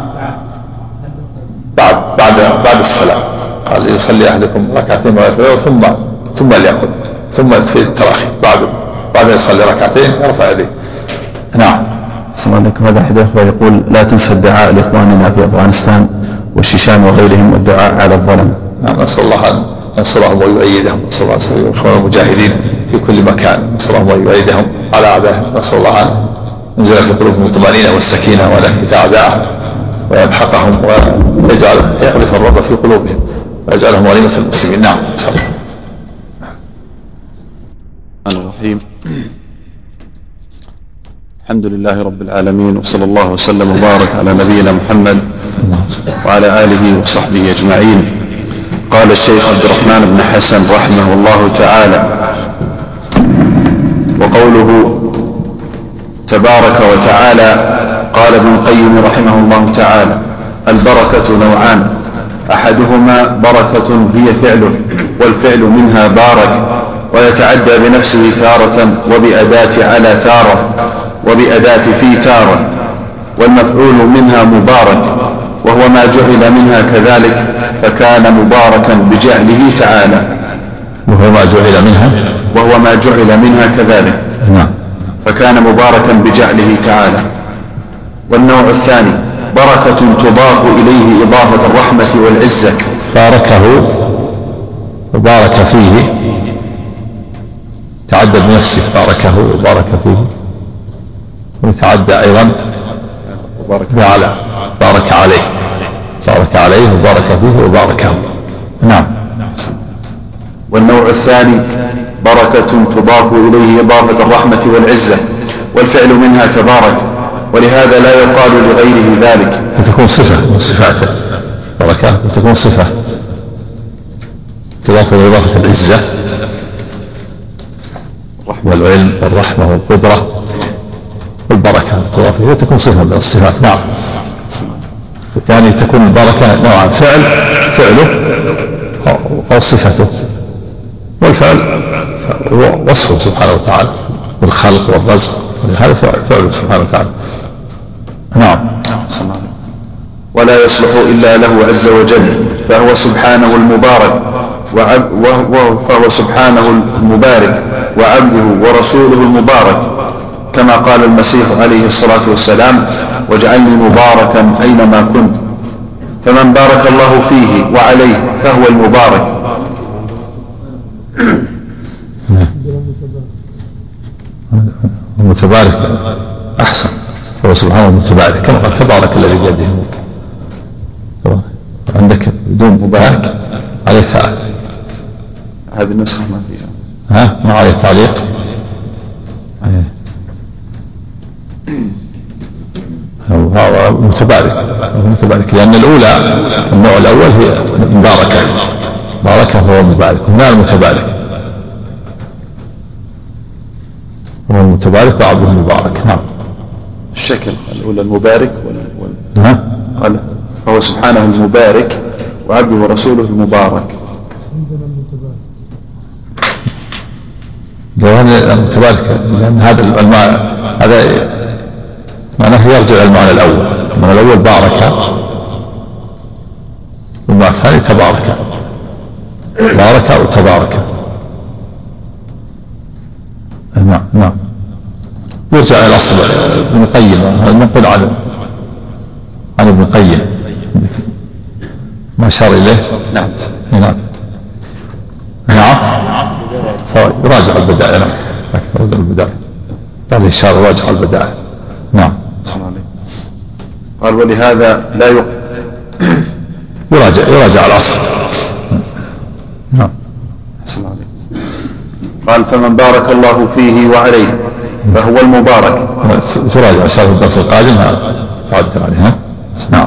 بعد بعد بعد السلام قال: يصلي أحدكم ركعتين ثم ثم ليأخذ ثم في التراخي، بعد بعد يصلي ركعتين يرفع يديه. نعم. السلام عليكم. هذا أحد الأخوة يقول: لا تنسى الدعاء لإخواننا في أفغانستان والشيشان وغيرهم والدعاء على الظلم. نعم. نسأل الله أن ينصرهم ويؤيدهم، نسأل الله أن ينصر إخوان المجاهدين في كل مكان، نسأل الله أن يؤيدهم على أعدائهم، نسأل الله أن ينزل في قلوبهم الطمأنينة والسكينة ولا يثبت أعدائهم ويمحقهم ويجعل يقذف الرعب في قلوبهم ويجعلهم غنيمة المسلمين. نعم. إن شاء الله. الرحمن الرحيم. الحمد لله رب العالمين، وصلى الله وسلم وبارك على نبينا محمد وعلى آله وصحبه أجمعين. قال الشيخ عبد الرحمن بن حسن رحمه الله تعالى: وقوله تبارك وتعالى، قال ابن القيم رحمه الله تعالى: البركة نوعان، أحدهما بركة هي فعله، والفعل منها بارك، ويتعدى بنفسه تارة وبأداة على تارة وبأداة في تارة، والمفعول منها مبارك، وهو ما جعل منها كذلك، فكان مباركا بجعله تعالى. وهو ما جعل منها وهو ما جعل منها كذلك. نعم. فكان مباركا بجعله تعالى. والنوع الثاني بركة تضاف إليه إضافة الرحمة والعزة. باركه وبارك فيه، تعدى بنفسه باركه وبارك فيه، ويتعدى أيضا وعلى بارك عليه، بارك عليه وبارك فيه وباركه. نعم. والنوع الثاني بركة تضاف إليه إضافة الرحمة والعزة، والفعل منها تبارك، ولهذا لا يقال لغيره ذلك. فتكون صفة من صفات بركة، وتكون صفة تضاف إلى إضافة العزة والعلم والرحمة والقدرة والبركة تضاف إليها، تكون صفة من الصفات. نعم. يعني تكون البركة نوعا فعل فعله أو صفته، والفعل وصفه سبحانه وتعالى بالخلق والرزق، هذا فعله سبحانه وتعالى. نعم. ولا يصلح إلا له عز وجل، فهو سبحانه المبارك وهو فهو سبحانه المبارك وعبده ورسوله المبارك، كما قال المسيح عليه الصلاة والسلام: واجعلني مباركا أينما كنت. فمن بارك الله فيه وعليه فهو المبارك. المتبارك أحسن، فهو سبحانه المتبارك، كما قال: تبارك الذي بيده الملك. عندك بدون مبارك عليه تعاليق. هذه النسخة ما فيها. ها ما عليه تعليق. هو متبارك متبارك لأن الأولى النوع الأول هي مباركة، باركة هو مبارك، هنا المتبارك هو المتبارك وعبده المبارك. نعم. الشكل الأولى المبارك وال... نعم. قال فهو سبحانه المبارك وعبده ورسوله المبارك. هذا المتبارك لأن هذا المعنى هذا معناه يرجع إلى المعنى الأول. المعنى الأول بارك، والمعنى الثاني تبارك، بارك وتبارك. نعم. نعم. يرجع إلى الأصل ابن القيم، نقول عن عن ابن القيم ما أشار إليه. نعم. نعم. نعم. فراجع البدائع. نعم. راجع البدائع. هذا الشارع راجع البدائع. نعم. قال: ولهذا لا يق... يراجع يراجع الأصل. نعم. قال: فمن بارك الله فيه وعليه فهو المبارك. تراجع شرح الدرس القادم تعدل عليها. نعم.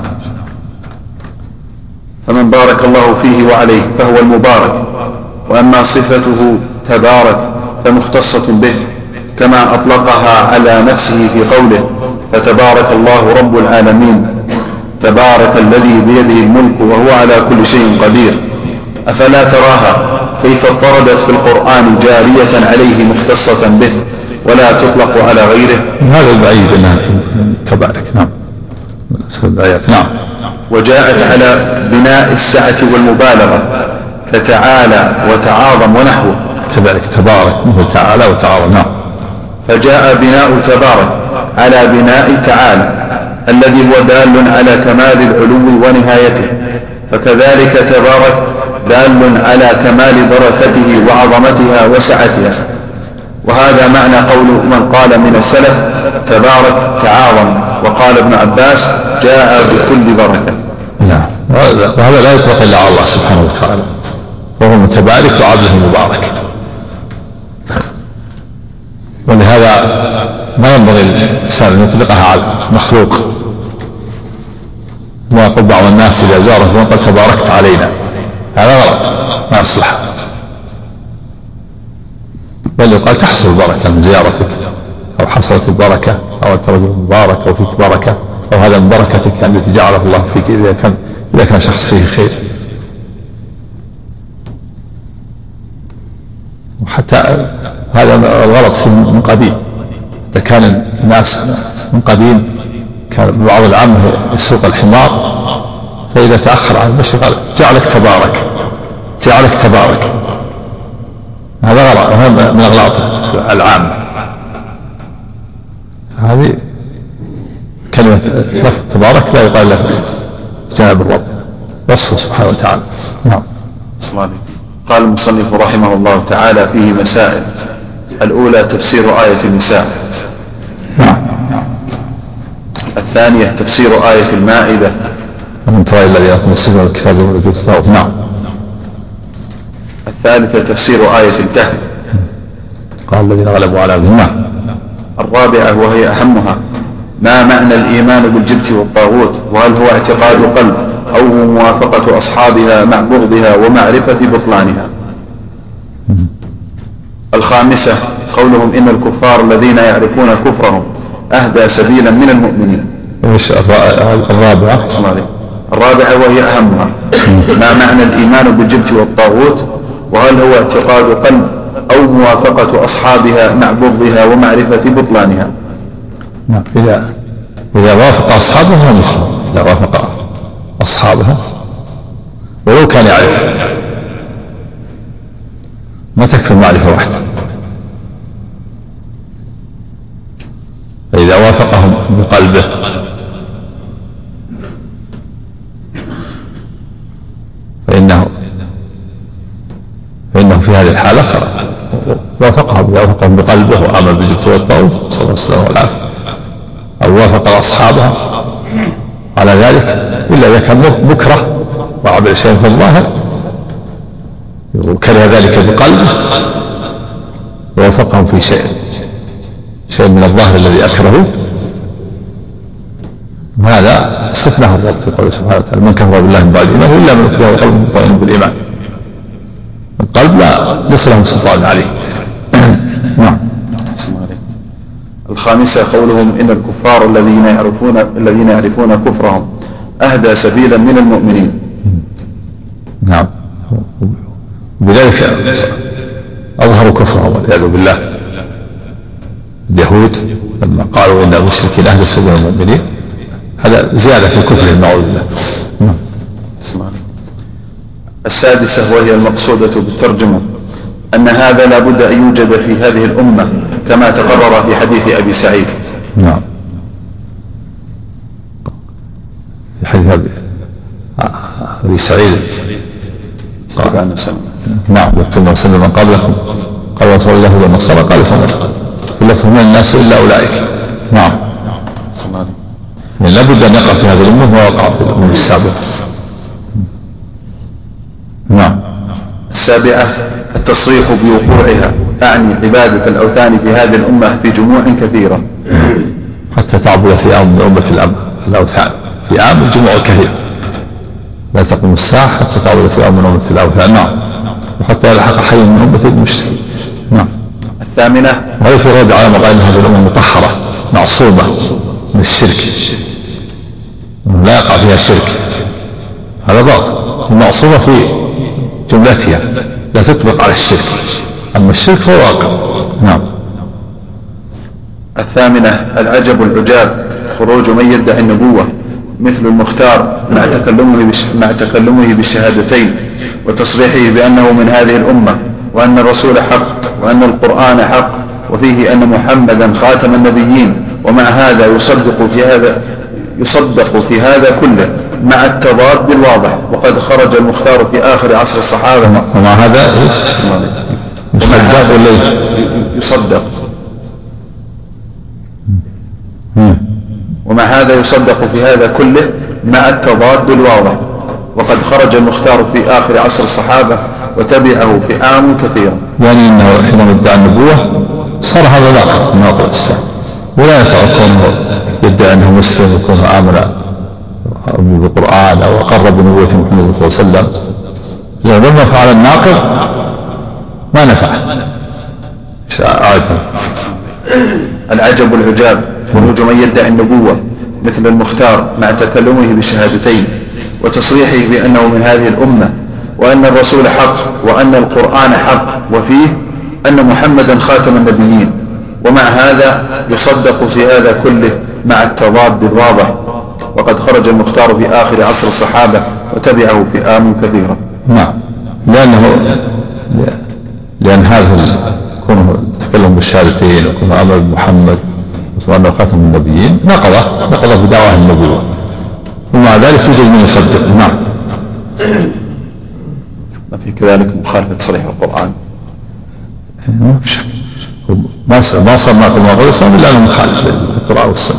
فمن بارك الله فيه وعليه فهو المبارك. وأما صفته تبارك فمختصة به، كما أطلقها على نفسه في قوله: فتبارك الله رب العالمين، تبارك الذي بيده الملك وهو على كل شيء قدير. أفلا تراها كيف اضطردت في القرآن جارية عليه مختصة به ولا تطلق على غيره؟ هذا البعيد أنها تبارك. نعم. الآيات. نعم. وجاءت على بناء السعة والمبالغة كتعالى وتعاظم ونحوه، كذلك تبارك وتعالى وتعاظم. نعم. فجاء بناء تبارك على بناء تعالى الذي هو دال على كمال العلو ونهايته، فكذلك تبارك دال على كمال بركته وعظمتها وسعتها. وهذا معنى قول من قال من السلف: تبارك تعاظم. وقال ابن عباس: جاء بكل بركة. نعم. وهذا لا يطلق إلا على الله سبحانه وتعالى، وهو متبارك وعبده مبارك. ولهذا ما ينبغي الإنسان أن يطلقها على مخلوق. ويقول بعض الناس إذا زاره وقال: تباركت علينا، هذا غلط، ما يصلح. بل يقال: تحصل البركة من زيارتك، أو حصلت البركة، أو أنت رجل مبارك، أو فيك بركة، أو هذا من بركتك التي جعله الله فيك إذا كان إذا كان شخص فيه خير. وحتى هذا الغلط في من قديم. إذا كان الناس من قديم كان بعض العامة يسوق الحمار، فإذا تأخر عن المشي قال: جعلك تبارك، جعلك تبارك. هذا غلط، هذا من أغلاط العامة. هذه كلمة لفظ تبارك لا يقال له جناب الرب، وصفه سبحانه وتعالى. نعم. قال المصنف رحمه الله تعالى: فيه مسائل. الأولى تفسير آية النساء. نعم. الثانية تفسير آية المائدة. ومن ترى الذين يتمسكون بالكتاب والذين التوراة. نعم. الثالثة تفسير آية الكهف. قال الذين غلبوا على أمرهم. نعم. الرابعة وهي أهمها: ما معنى الإيمان بالجبت والطاغوت؟ وهل هو اعتقاد قلب أو موافقة أصحابها مع بغضها ومعرفة بطلانها؟ الخامسة قولهم إن الكفار الذين يعرفون كفرهم أهدى سبيلا من المؤمنين. الرابعة الرابعة وهي أهمها: ما معنى الإيمان بالجبت والطاغوت؟ وهل هو اعتقاد قلب أو موافقة أصحابها مع بغضها ومعرفة بطلانها؟ إذا إذا وافق أصحابها مثلهم، إذا وافق أصحابها ولو كان يعرف، ما تكفي المعرفة وحده. فإذا وافقهم بقلبه فإنه فإنه في هذه الحالة صار وافقهم، إذا وافقهم بقلبه وآمن بالجبت والطاغوت صلى الله عليه وسلم والعافية، أو وافق أصحابها على ذلك، إلا إذا كان مكره وعمل شيء في الظاهر وكره ذلك بقلبه ووافقهم في شيء شيء من الظاهر الذي أكرهه، هذا استثناه الرب في قوله سبحانه وتعالى: من كفر بالله من بعد إيمانه إلا من أكره وقلبه مطمئن بالإيمان. القلب لا ليس له سلطان عليه. نعم. الخامسة قولهم إن الكفار الذين يعرفون الذين يعرفون كفرهم أهدى سبيلا من المؤمنين. نعم، بذلك أظهروا كفرهم والعياذ بالله. اليهود لما قالوا إن المشركين أهدى سبيل المؤمنين، هذا زيادة في كفرهم نعوذ بالله. السادسة وهي المقصودة بالترجمة: أن هذا لا بد أن يوجد في هذه الأمة كما تقرر في حديث أبي سعيد. نعم، في حديث أبي سعيد قال: نعم، وثم وسلم من قبلكم قال رسول الله والنصارى قال فمن في اللفظ من الناس إلا أولئك. نعم، يعني لا بد أن يقع في هذه الأمة ما وقع في الأمم السابقة. نعم. السابعة التصريح بوقوعها، أعني عبادة الأوثان في هذه الأمة في جموع كثيرة، حتى تعبد في أمم أمة الأوثان في عام الجموع كثير، لا تقوم الساعة حتى تعبد في أمم أمة الأوثان. نعم، وحتى يلحق حي من أمة المشركين. نعم. الثامنة وهي في رد على مقال هذه الأمة مطهرة معصومة من الشرك، لا يقع فيها شرك، هذا باطل. المعصومة في جملتها لا تطبق على الشرك، أما الشرك فهو واقع. نعم. الثامنة العجب العجاب خروج من يدعي النبوة مثل المختار مع تكلمه مع تكلمه بالشهادتين وتصريحه بأنه من هذه الأمة، وأن الرسول حق، وأن القرآن حق، وفيه أن محمدا خاتم النبيين، ومع هذا يصدق في هذا يصدق في هذا كله مع التضاد الواضح. وقد خرج المختار في آخر عصر الصحابة. ومع هذا يصدق ولا يصدق ومع هذا يصدق في هذا كله مع التضاد الواضح. وقد خرج المختار في آخر عصر الصحابة وتبعه فئام كثيرا. يعني أنه حينما ادعى النبوة صار هذا ذاكر من واقع الإسلام، ولا ينفع كونه يدعي أنه مسلم ويكونه آمن بالقرآن أو أقر بنبوة محمد صلى الله عليه وسلم. لما فعل الناقض ما نفع. العجب العجاب خروج من يدعي النبوة مثل المختار مع تكلمه بالشهادتين وتصريحه بأنه من هذه الأمة، وأن الرسول حق، وأن القرآن حق، وفيه أن محمدا خاتم النبيين، ومع هذا يصدق في هذا كله مع التضاد الواضح. وقد خرج المختار في آخر عصر الصحابة وتبعه فئام كثيرة. نعم، لأنه لأن هذا كونه تكلم بالشهادتين وكونه أمر بمحمد وأنه خاتم النبيين نقضه نقضه بدعواه النبوة، ومع ذلك يوجد من يصدق. نعم. ما في كذلك مخالفة صريح القرآن؟ ما ما صار ناقض ما قال صار إلا أنه مخالف للقرآن والسنة.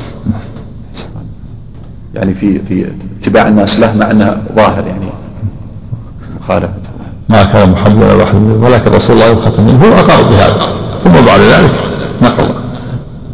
يعني في في اتباع الناس له مع أنها ظاهر يعني مخالفة. ما كان محمد ولا واحد ولكن رسول الله خاتم منه هو أقر بهذا، ثم بعد ذلك نقض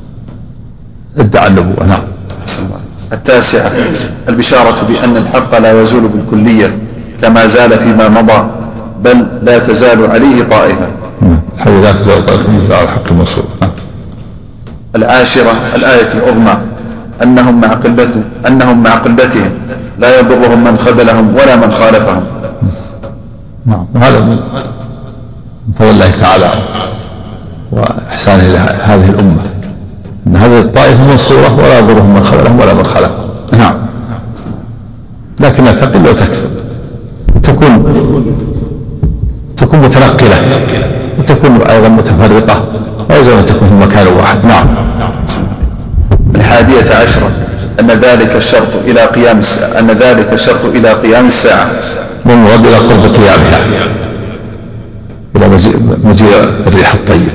ادعى النبوة. نعم. التاسعة البشارة بأن الحق لا يزول بالكلية كما زال فيما مضى، بل لا تزال عليه طائفة. الحق لا تزال طائفة من على الحق المنصور. العاشرة الآية العظمى أنهم مع قلته أنهم مع قلتهم لا يضرهم من خذلهم ولا من خالفهم. نعم. هذا من فضل الله تعالى وإحسانه إلى هذه الأمة، أن هذه الطائفة منصورة ولا يضرهم من خذلهم ولا من خالفهم. نعم. لكنها تقل وتكثر، تكون تكون متنقلة وتكون أيضا متفرقة، ويجب أن تكون في مكان واحد. نعم. الحادية عشرة أن ذلك الشرط إلى قيام الساعة أن ذلك الشرط إلى قيام الساعة والمراد إلى قرب قيامها، إلى مجيء الريح الطيبة.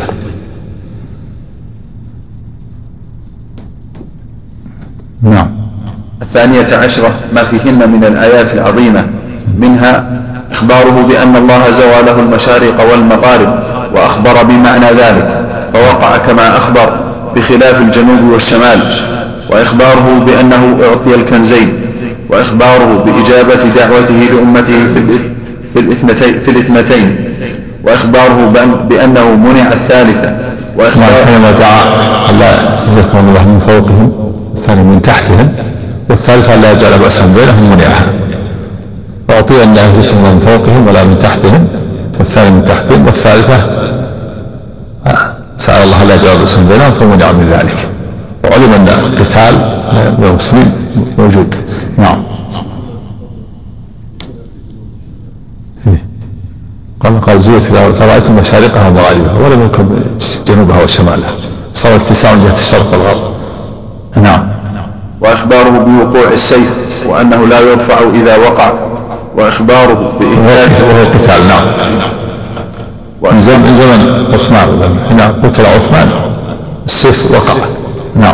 نعم. الثانية عشرة ما فيهن من الآيات العظيمة، منها إخباره بأن الله زوى له المشارق والمغارب وأخبر بمعنى ذلك فوقع كما أخبر بخلاف الجنوب والشمال، وإخباره بأنه أعطي الكنزين، وإخباره بإجابة دعوته لأمته في الاثنتين, في الاثنتين وإخباره بأنه منع الثالثة، وإخباره حينما دعا ألا يكون الله من فوقهم والثاني من تحتهم، والثالثة ألا يجعل بأسهم بينهم منعها، وأعطي أن لا يكون من فوقهم ولا من تحتهم والثاني من تحتهم، والثالثة سأل الله لا يجعل بأسهم بينهم فمنع من ذلك، وعلم أن القتال بالمسلمين موجود. نعم. قال قال زيت فرأيتم مشارقها ومغاربها ولم يكن جنوبها وشمالها، صار اتساع من جهة الشرق والغرب. نعم. وإخباره بوقوع السيف وأنه لا يرفع إذا وقع، وإخباره بإهلاكه وهو القتال. نعم. من زمن عثمان حين قتل عثمان السيف وقع. نعم.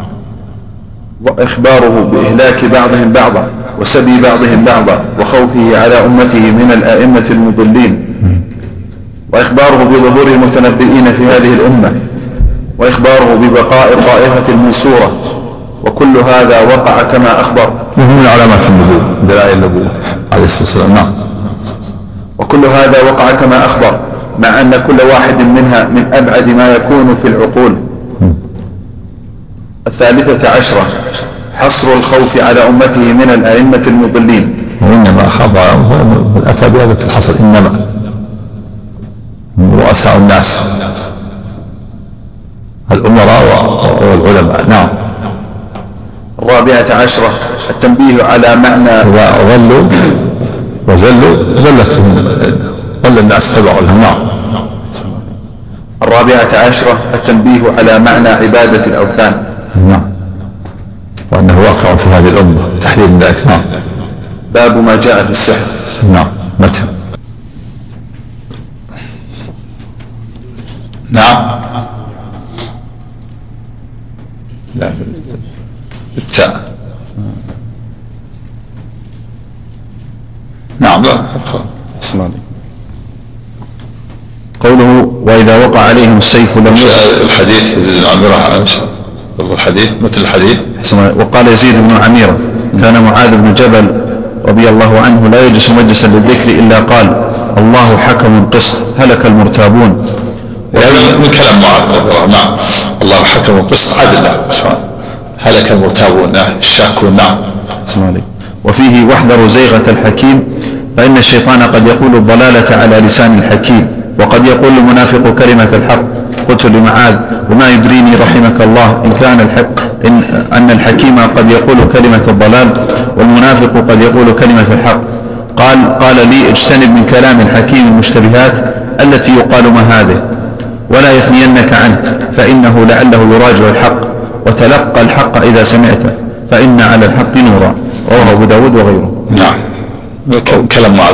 وإخباره بإهلاك بعضهم بعضا وسبي بعضهم بعضا وخوفه على أمته من الآئمة المضلين، وإخباره بظهور المتنبئين في هذه الأمة، وإخباره ببقاء الطائفة المنصورة، وكل هذا وقع كما أخبر. من علامات النبوة، دلائل النبوة عليه الصلاة والسلام. نعم. وكل هذا وقع كما أخبر، مع أن كل واحد منها من أبعد ما يكون في العقول. الثالثة عشرة حصر الخوف على أمته من الأئمة المضلين. وإنما أخاف من أتى بهذا في الحصر، إنما رؤساء الناس الأمراء والعلماء. نعم. الرابعة عشرة التنبيه على معنى إذا ظلوا وزلوا زلتهم ظل الناس تبعوا لهم. نعم. الرابعة عشرة التنبيه على معنى عبادة الأوثان. نعم. وأنه واقع في هذه الأمة تحذير من ذلك. نعم. باب ما جاء في السحر. نعم. متى؟ نعم. لا بالتاء. نعم. قوله وإذا وقع عليهم السيف لم الحديث الحديث مثل الحديث. وقال يزيد بن عميرة كان معاذ بن جبل رضي الله عنه لا يجلس مجلسا للذكر إلا قال الله حكم قسط هلك المرتابون. يعني من كلام معاذ. نعم. الله حكم قسط عدل هلك المرتابون الشاكون. نعم. وفيه واحذروا زيغة الحكيم فإن الشيطان قد يقول الضلالة على لسان الحكيم، وقد يقول المنافق كلمة الحق. قلت لمعاذ وما يدريني رحمك الله إن كان الحق إن أن الحكيم قد يقول كلمة الضلال والمنافق قد يقول كلمة الحق. قال قال لي اجتنب من كلام الحكيم المشتبهات التي يقال ما هذه، ولا يثنينك عنه فإنه لعله يراجع الحق، وتلقى الحق إذا سمعته فإن على الحق نورا. رواه أبو داود وغيره. نعم. كلام معاذ.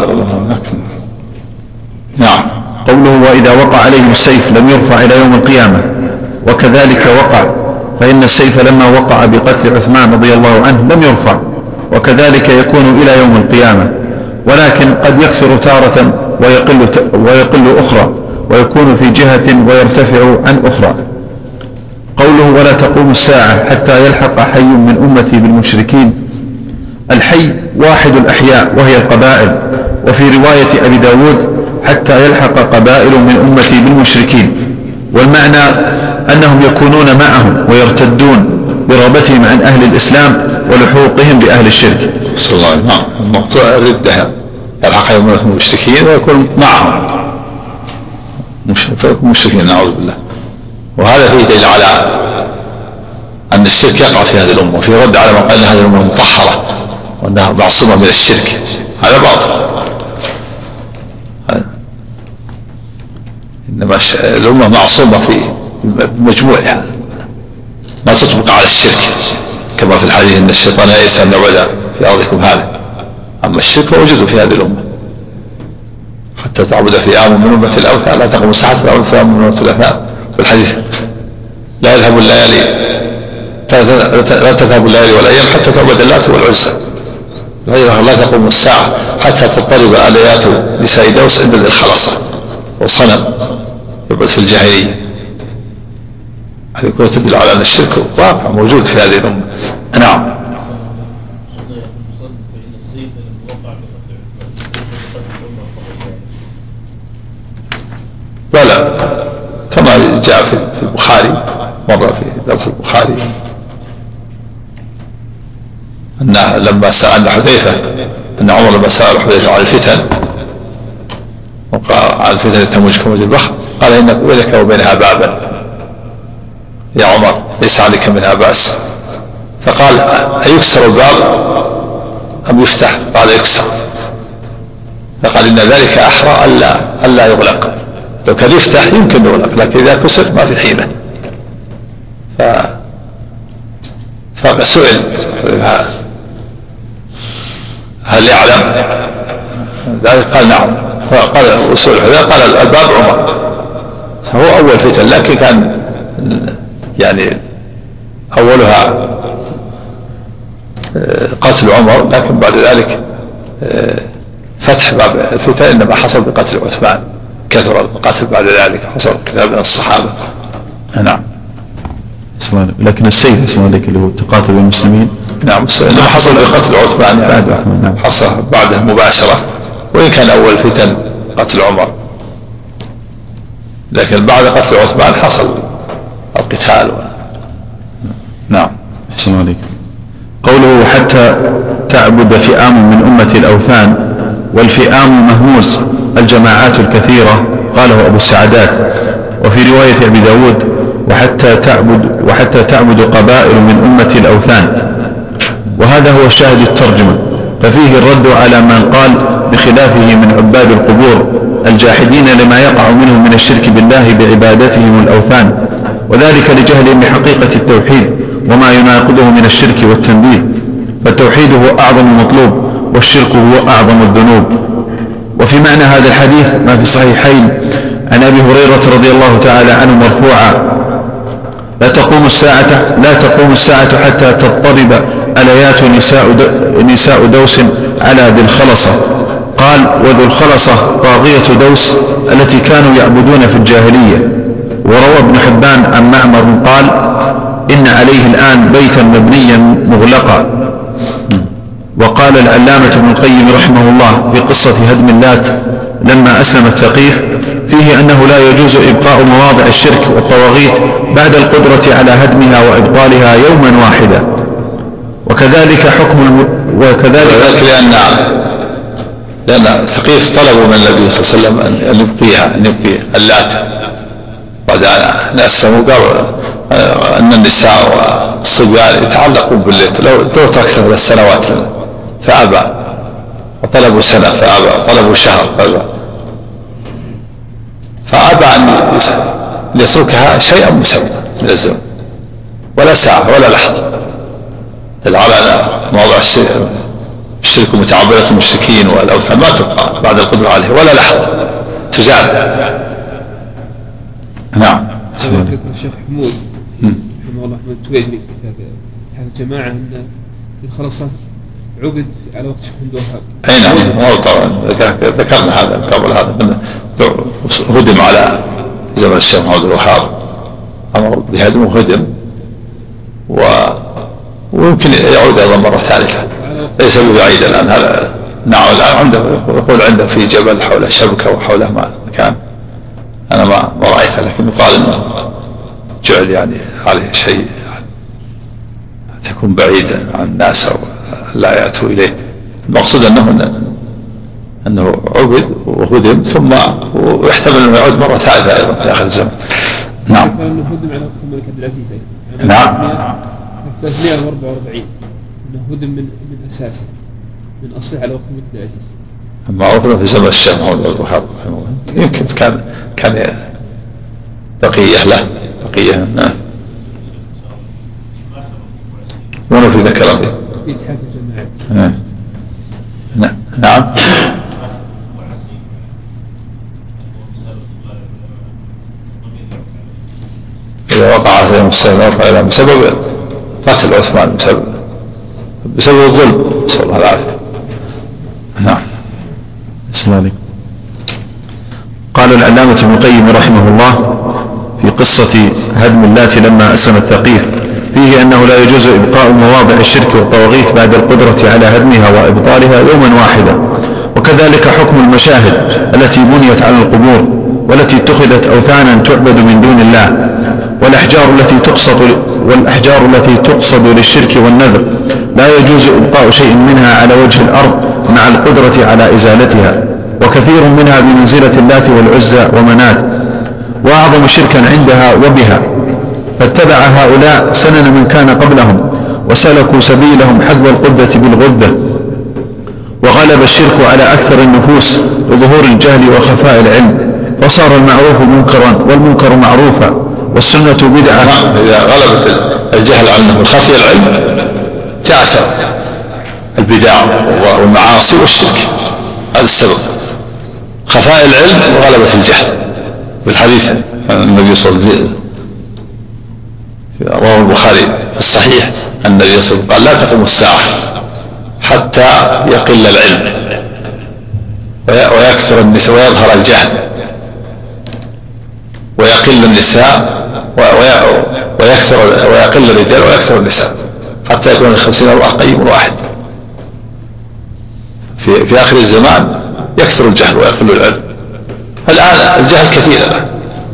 نعم. قوله وإذا وقع عليهم السيف لم يرفع إلى يوم القيامة، وكذلك وقع، فإن السيف لما وقع بقتل عثمان رضي الله عنه لم يرفع، وكذلك يكون إلى يوم القيامة، ولكن قد يكثر تارة ويقل, ويقل أخرى، ويكون في جهة ويرتفع عن أخرى. قوله ولا تقوم الساعة حتى يلحق حي من أمتي بالمشركين. الحي واحد الأحياء وهي القبائل، وفي رواية أبي داود حتى يلحق قبائل من أمتي بالمشركين، والمعنى أنهم يكونون معهم ويرتدون برغبتهم عن أهل الإسلام ولحوقهم بأهل الشرك. صلى الله عليه وسلم. المقطوع الردة يلحق يوم المشركين ويكون معهم فيكون مشركين نعوذ بالله. وهذا فيه دليل على أن الشرك يقع في هذه الأمة، وفي رد على من قال هذه الأمة مطهرة وأنها معصومة من الشرك، هذا باطل. إنما الأمة معصومة في مجموعها، ما تطبق على الشرك كما في الحديث إن الشيطان يئس أن يعبد في أرضكم هذا. أما الشرك موجود في هذه الأمة حتى تعبد فئام من أمة الأوثان لا تقوم الساعة تعبد فئام من أمة الأوثان. والحديث لا يذهب الليالي لا تذهب الليالي والأيام حتى تعبد اللات والعزى. لا تقوم الساعة حتى تضطرب آليات نساء دوس عند ذي الخلاصة وصنم يعبد في الجاهلية. هذه كلها تدل على أن الشرك واقع موجود في هذه الأمة. نعم. ولا كما جاء في البخاري مرة في درس البخاري أن لما سأل حذيفة أن عمر لما سأل حذيفة عن الفتن وقال عن الفتن تموج كموج البحر قال إنك بينك وبينها بابا يا عمر ليس عليك منها بأس. فقال أيكسر الباب أم يفتح؟ قال يكسر. فقال إن ذلك أحرى ألا, ألا يغلق، لو كان يفتح يمكن يغلق لكن إذا كسر ما في حيلة. ف... فسئل هل يعلم ذلك؟ قال نعم. قال وسئل قال الباب عمر، فهو أول فتن لكن كان يعني أولها قتل عمر، لكن بعد ذلك فتح باب الفتن إنما حصل بقتل عثمان، كثر القتل بعد ذلك حصل كتاب من الصحابة. نعم. لكن السيف اسمه ذلك اللي هو تقاتل المسلمين نعم إنما حصل بقتل عثمان يعني بعد عثمان. نعم. حصل بعده مباشرة، وإن كان أول فتن قتل عمر لكن بعد قتل عثمان حصل القتال و... نعم. أحسن عليك. قوله حتى تعبد فئام من أمة الأوثان، والفئام مهموز الجماعات الكثيرة قاله أبو السعدات. وفي رواية أبي داود وحتى تعبد, وحتى تعبد قبائل من أمة الأوثان. وهذا هو شاهد الترجمة، ففيه الرد على من قال بخلافه من عباد القبور الجاحدين لما يقع منهم من الشرك بالله بعبادتهم الأوثان، وذلك لجهلهم بحقيقة التوحيد وما يناقضه من الشرك والتنديد. فالتوحيد هو أعظم مطلوب والشرك هو أعظم الذنوب. وفي معنى هذا الحديث ما في الصحيحين عن أبي هريرة رضي الله تعالى عنه مرفوعا لا تقوم الساعة لا تقوم الساعة حتى تضطرب أليات نساء نساء دوس على ذي الخلصة. قال وذو الخلصة طاغية دوس التي كانوا يعبدون في الجاهلية. وروى ابن حبان عن معمر قال إن عليه الآن بيتا مبنيا مغلقا. وقال العلامة ابن القيم رحمه الله في قصة هدم اللات لما أسلم الثقيف فيه أنه لا يجوز إبقاء مواضع الشرك والطواغيت بعد القدرة على هدمها وإبطالها يوما واحدا. وكذلك حكم الم... وكذلك لأن لأن الثقيف طلبوا من النبي صلى الله عليه وسلم أن يبقيها أن يبقي اللات بعد أن أسلموا، قالوا أن النساء والصبيان يتعلقون بالليت لو ترك ثلاث سنوات فأبى، وطلبوا سنة فأبى، وطلبوا شهر فأبى، فأبى أن يتركها شيئا مسمى من الزمن ولا ساعة ولا لحظة. دل على موضع الشرك ومتعبدة المشركين والأوثان ما تبقى بعد القدرة عليه ولا لحظة تزال. نعم. الشيخ حمود رحمه الله من تويجري كتاب الجماعة أن الخلصة عبد على وقت الشيخ محمد وهاب. أي نعم طبعا ذكرنا هذا قبل هذا هدم على زمن الشيخ محمد وهاب أمر بهدمه هدم، و... ويمكن يعود أيضا مرة ثالثة، ليس ببعيد الآن. هذا نعم الآن عنده، يقول عنده في جبل حوله شبكة وحوله ما مكان، أنا ما ما رأيتها، لكن يقال إنه جعل يعني عليه شيء تكون بعيدا عن الناس أو لا يأتوا إليه. المقصود أنه أنه عبد وهدم ثم ويحتمل أنه يعود مرة ثالثة أيضا في آخر الزمن. نعم. أنه هدم على وقت الملك عبد العزيز أيضا. نعم. ثلاثمائة وأربعة وأربعين أنه هدم من من أساسه من أصله على وقت الملك عبد العزيز. معروف في زمن الشيخ محمد بن الوهاب يمكن كان كان بقية له بقية. نعم. وأنا في ذكر في اتحاد الجماعة. نعم. إذا وقع في المسلمين وقع بسبب قتل عثمان بسبب بسبب الظلم، نسأل الله العافية. نعم. بسم الله عليكم. قال العلامة ابن القيم رحمه الله في قصة هدم اللات لما أسلم الثقيف فيه أنه لا يجوز إبقاء مواضع الشرك والطواغيت بعد القدرة على هدمها وإبطالها يوما واحدا، وكذلك حكم المشاهد التي بنيت على القبور والتي اتخذت أوثانا تعبد من دون الله، والأحجار التي تقصد والأحجار التي تقصد للشرك والنذر لا يجوز إبقاء شيء منها على وجه الأرض مع القدرة على إزالتها، وكثير منها بمنزلة اللات والعزى ومنات، وأعظم شركا عندها وبها، فاتبع هؤلاء سنن من كان قبلهم وسلكوا سبيلهم حذو القدة بالغدة، وغلب الشرك على أكثر النفوس لظهور الجهل وخفاء العلم، فصار المعروف منكرا والمنكر معروفا والسنة بدعة. إذا غلبت الجهل عنه وخفي العلم جاءت البدع والمعاصي والشرك، هذا السبب، خفاء العلم وغلبة الجهل. بالحديث النبي صلى الله عليه وسلم في رواه البخاري في الصحيح أن النبي صلى الله عليه وسلم قال لا تقوم الساعة حتى يقل العلم ويكثر النساء ويظهر الجهل ويقل النساء ويكثر ويقل الرجال ويكثر النساء، حتى يكون الخمسين امرأة قيم واحد. في في آخر الزمان يكثر الجهل ويقل العلم. الآن الجهل كثير الآن،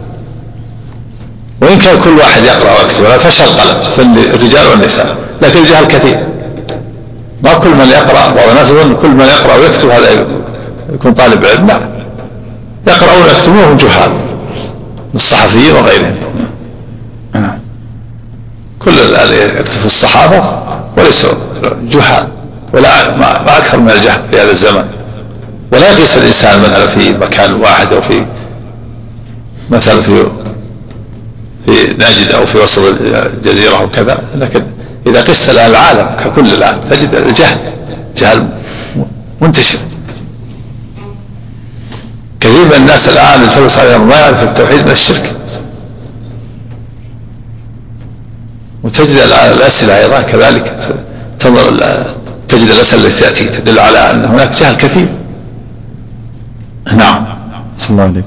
وإن كان كل واحد يقرأ ويكتب ولا فشل القلم في الرجال والنساء، لكن الجهل كثير. ما كل من يقرأ، بعض الناس يظن كل من يقرأ ويكتب هذا يكون طالب علم، لا، يقرأون ويكتبون جهال من الصحفيين وغيرهم. كل الذي يكتب في الصحافة وليس جهال، ولا ما أكثر من الجهل في هذا الزمن. ولا يقيس الإنسان مثلا في مكان واحد أو في مثلا في في نجد أو في وسط الجزيرة أو كذا، لكن إذا قست الآن العالم ككل الآن تجد الجهل جهل منتشر. كثير من الناس الآن يلتبس عليهم ما يعرف التوحيد من الشرك. وتجد الأسئلة أيضا كذلك، تنظر تجد الأسئلة التي تأتي تدل على أن هناك جهل كثير. نعم. صلى الله عليكم.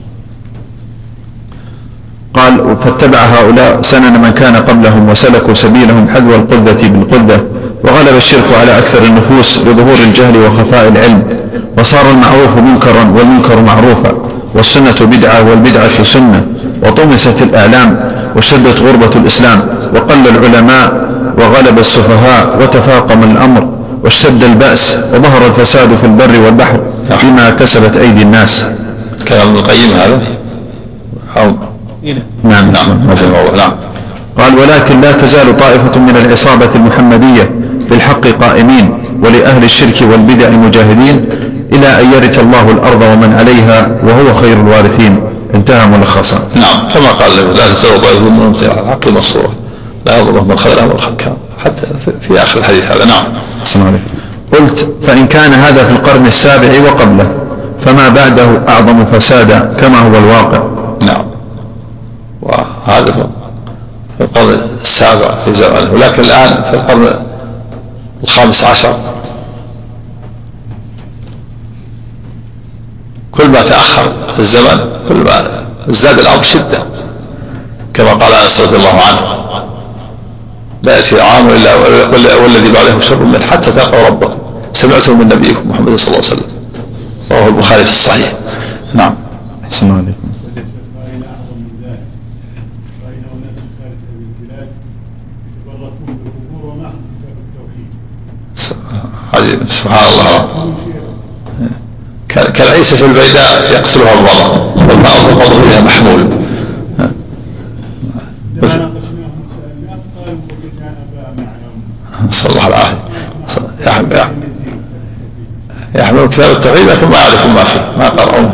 قال فاتبع هؤلاء سنن من كان قبلهم وسلكوا سبيلهم حذو القذة بالقذة، وغلب الشرك على أكثر النفوس لظهور الجهل وخفاء العلم، وصار المعروف منكرا والمنكر معروفا والسنة بدعة والبدعة سنة، وطمست الأعلام وشدت غربة الإسلام، وقل العلماء وغلب السفهاء وتفاقم الأمر واشتد البأس وظهر الفساد في البر والبحر بما كسبت أيدي الناس. كلام ابن القيم هذا أو نعم. نعم. قال ولكن لا تزال طائفة من العصابة المحمدية بالحق قائمين ولأهل الشرك والبدع مجاهدين إلى أن يرث الله الأرض ومن عليها وهو خير الوارثين. انتهى ملخصا. نعم، كما قال لا تزال طائفة من الحق منصورة لا يضره من خذلهم والخلق، حتى في آخر الحديث هذا. نعم. قلت فإن كان هذا في القرن السابع وقبله فما بعده أعظم فسادا كما هو الواقع. نعم، وهذا في القرن السابع في زمانه، ولكن الآن في القرن الخامس عشر كل ما تأخر الزمن كل ما ازداد الأمر شدة. كما قال أنس رضي الله عنه: لا يأتي عام إلا والذي بعده شر منه حتى تلقوا ربكم سمعته من نبيكم محمد صلى الله عليه وسلم. رواه البخاري في الصحيح. نعم. أحسن الله عليكم. عجيب سبحان الله. كالعيسى في البيداء يقتلها الظلام والماء في قبضها محمول. نسأل الله العافية. يحملون كتاب التوحيد لكن ما يعرفون ما فيه، ما قرأوه.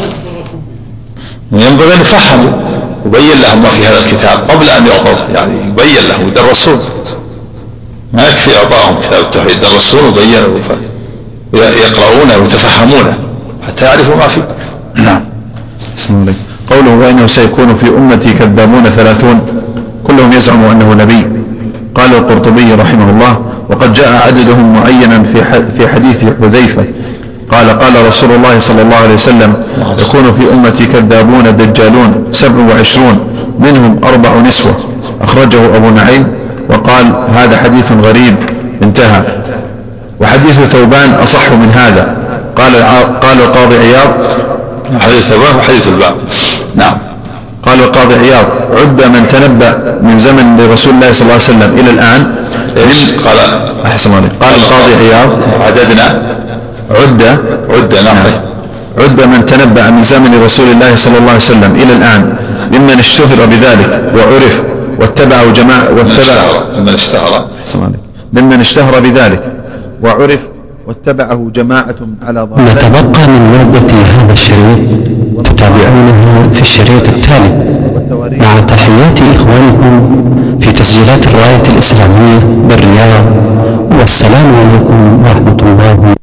وينبغي أن يفهموا ويبين لهم ما في هذا الكتاب قبل أن يعطوه، يعني يبين لهم ويدرسون، ما يكفي إعطائهم كتاب التوحيد، يدرسون ويبينوا ويقرؤونه ويتفهمونه حتى يعرفوا ما فيه. نعم. بسم الله. قوله: وإنه سيكون في أمتي كذابون ثلاثون كلهم يزعم أنه نبي. قال القرطبي رحمه الله: وقد جاء عددهم معينا في حديث حذيفة قال: قال رسول الله صلى الله عليه وسلم: يكون في أمتي كذابون دجالون سبع وعشرون منهم أربع نسوة. أخرجه أبو نعيم وقال: هذا حديث غريب. انتهى. وحديث ثوبان أصح من هذا. قال قال القاضي عياض: حديث ثوبان وحديث الباب. نعم. قال القاضي عياض: عد من تنبأ من زمن لرسول الله صلى الله عليه وسلم إلى الآن. قال أحسن عليك. قال القاضي عياض: عددنا عد عد نعم. عد من تنبأ من زمن رسول الله صلى الله عليه وسلم إلى الآن ممن اشتهر بذلك وعرف واتبعه جماعة واتبع ممن اشتهر ممن اشتهر بذلك وعرف واتبعه جماعة على ضلالة. نتبقى من مادة هذا الشريط تتابعونها في الشريط التالي مع تحيات إخوانكم في تسجيلات الراية الإسلامية بالرياض. والسلام عليكم ورحمة الله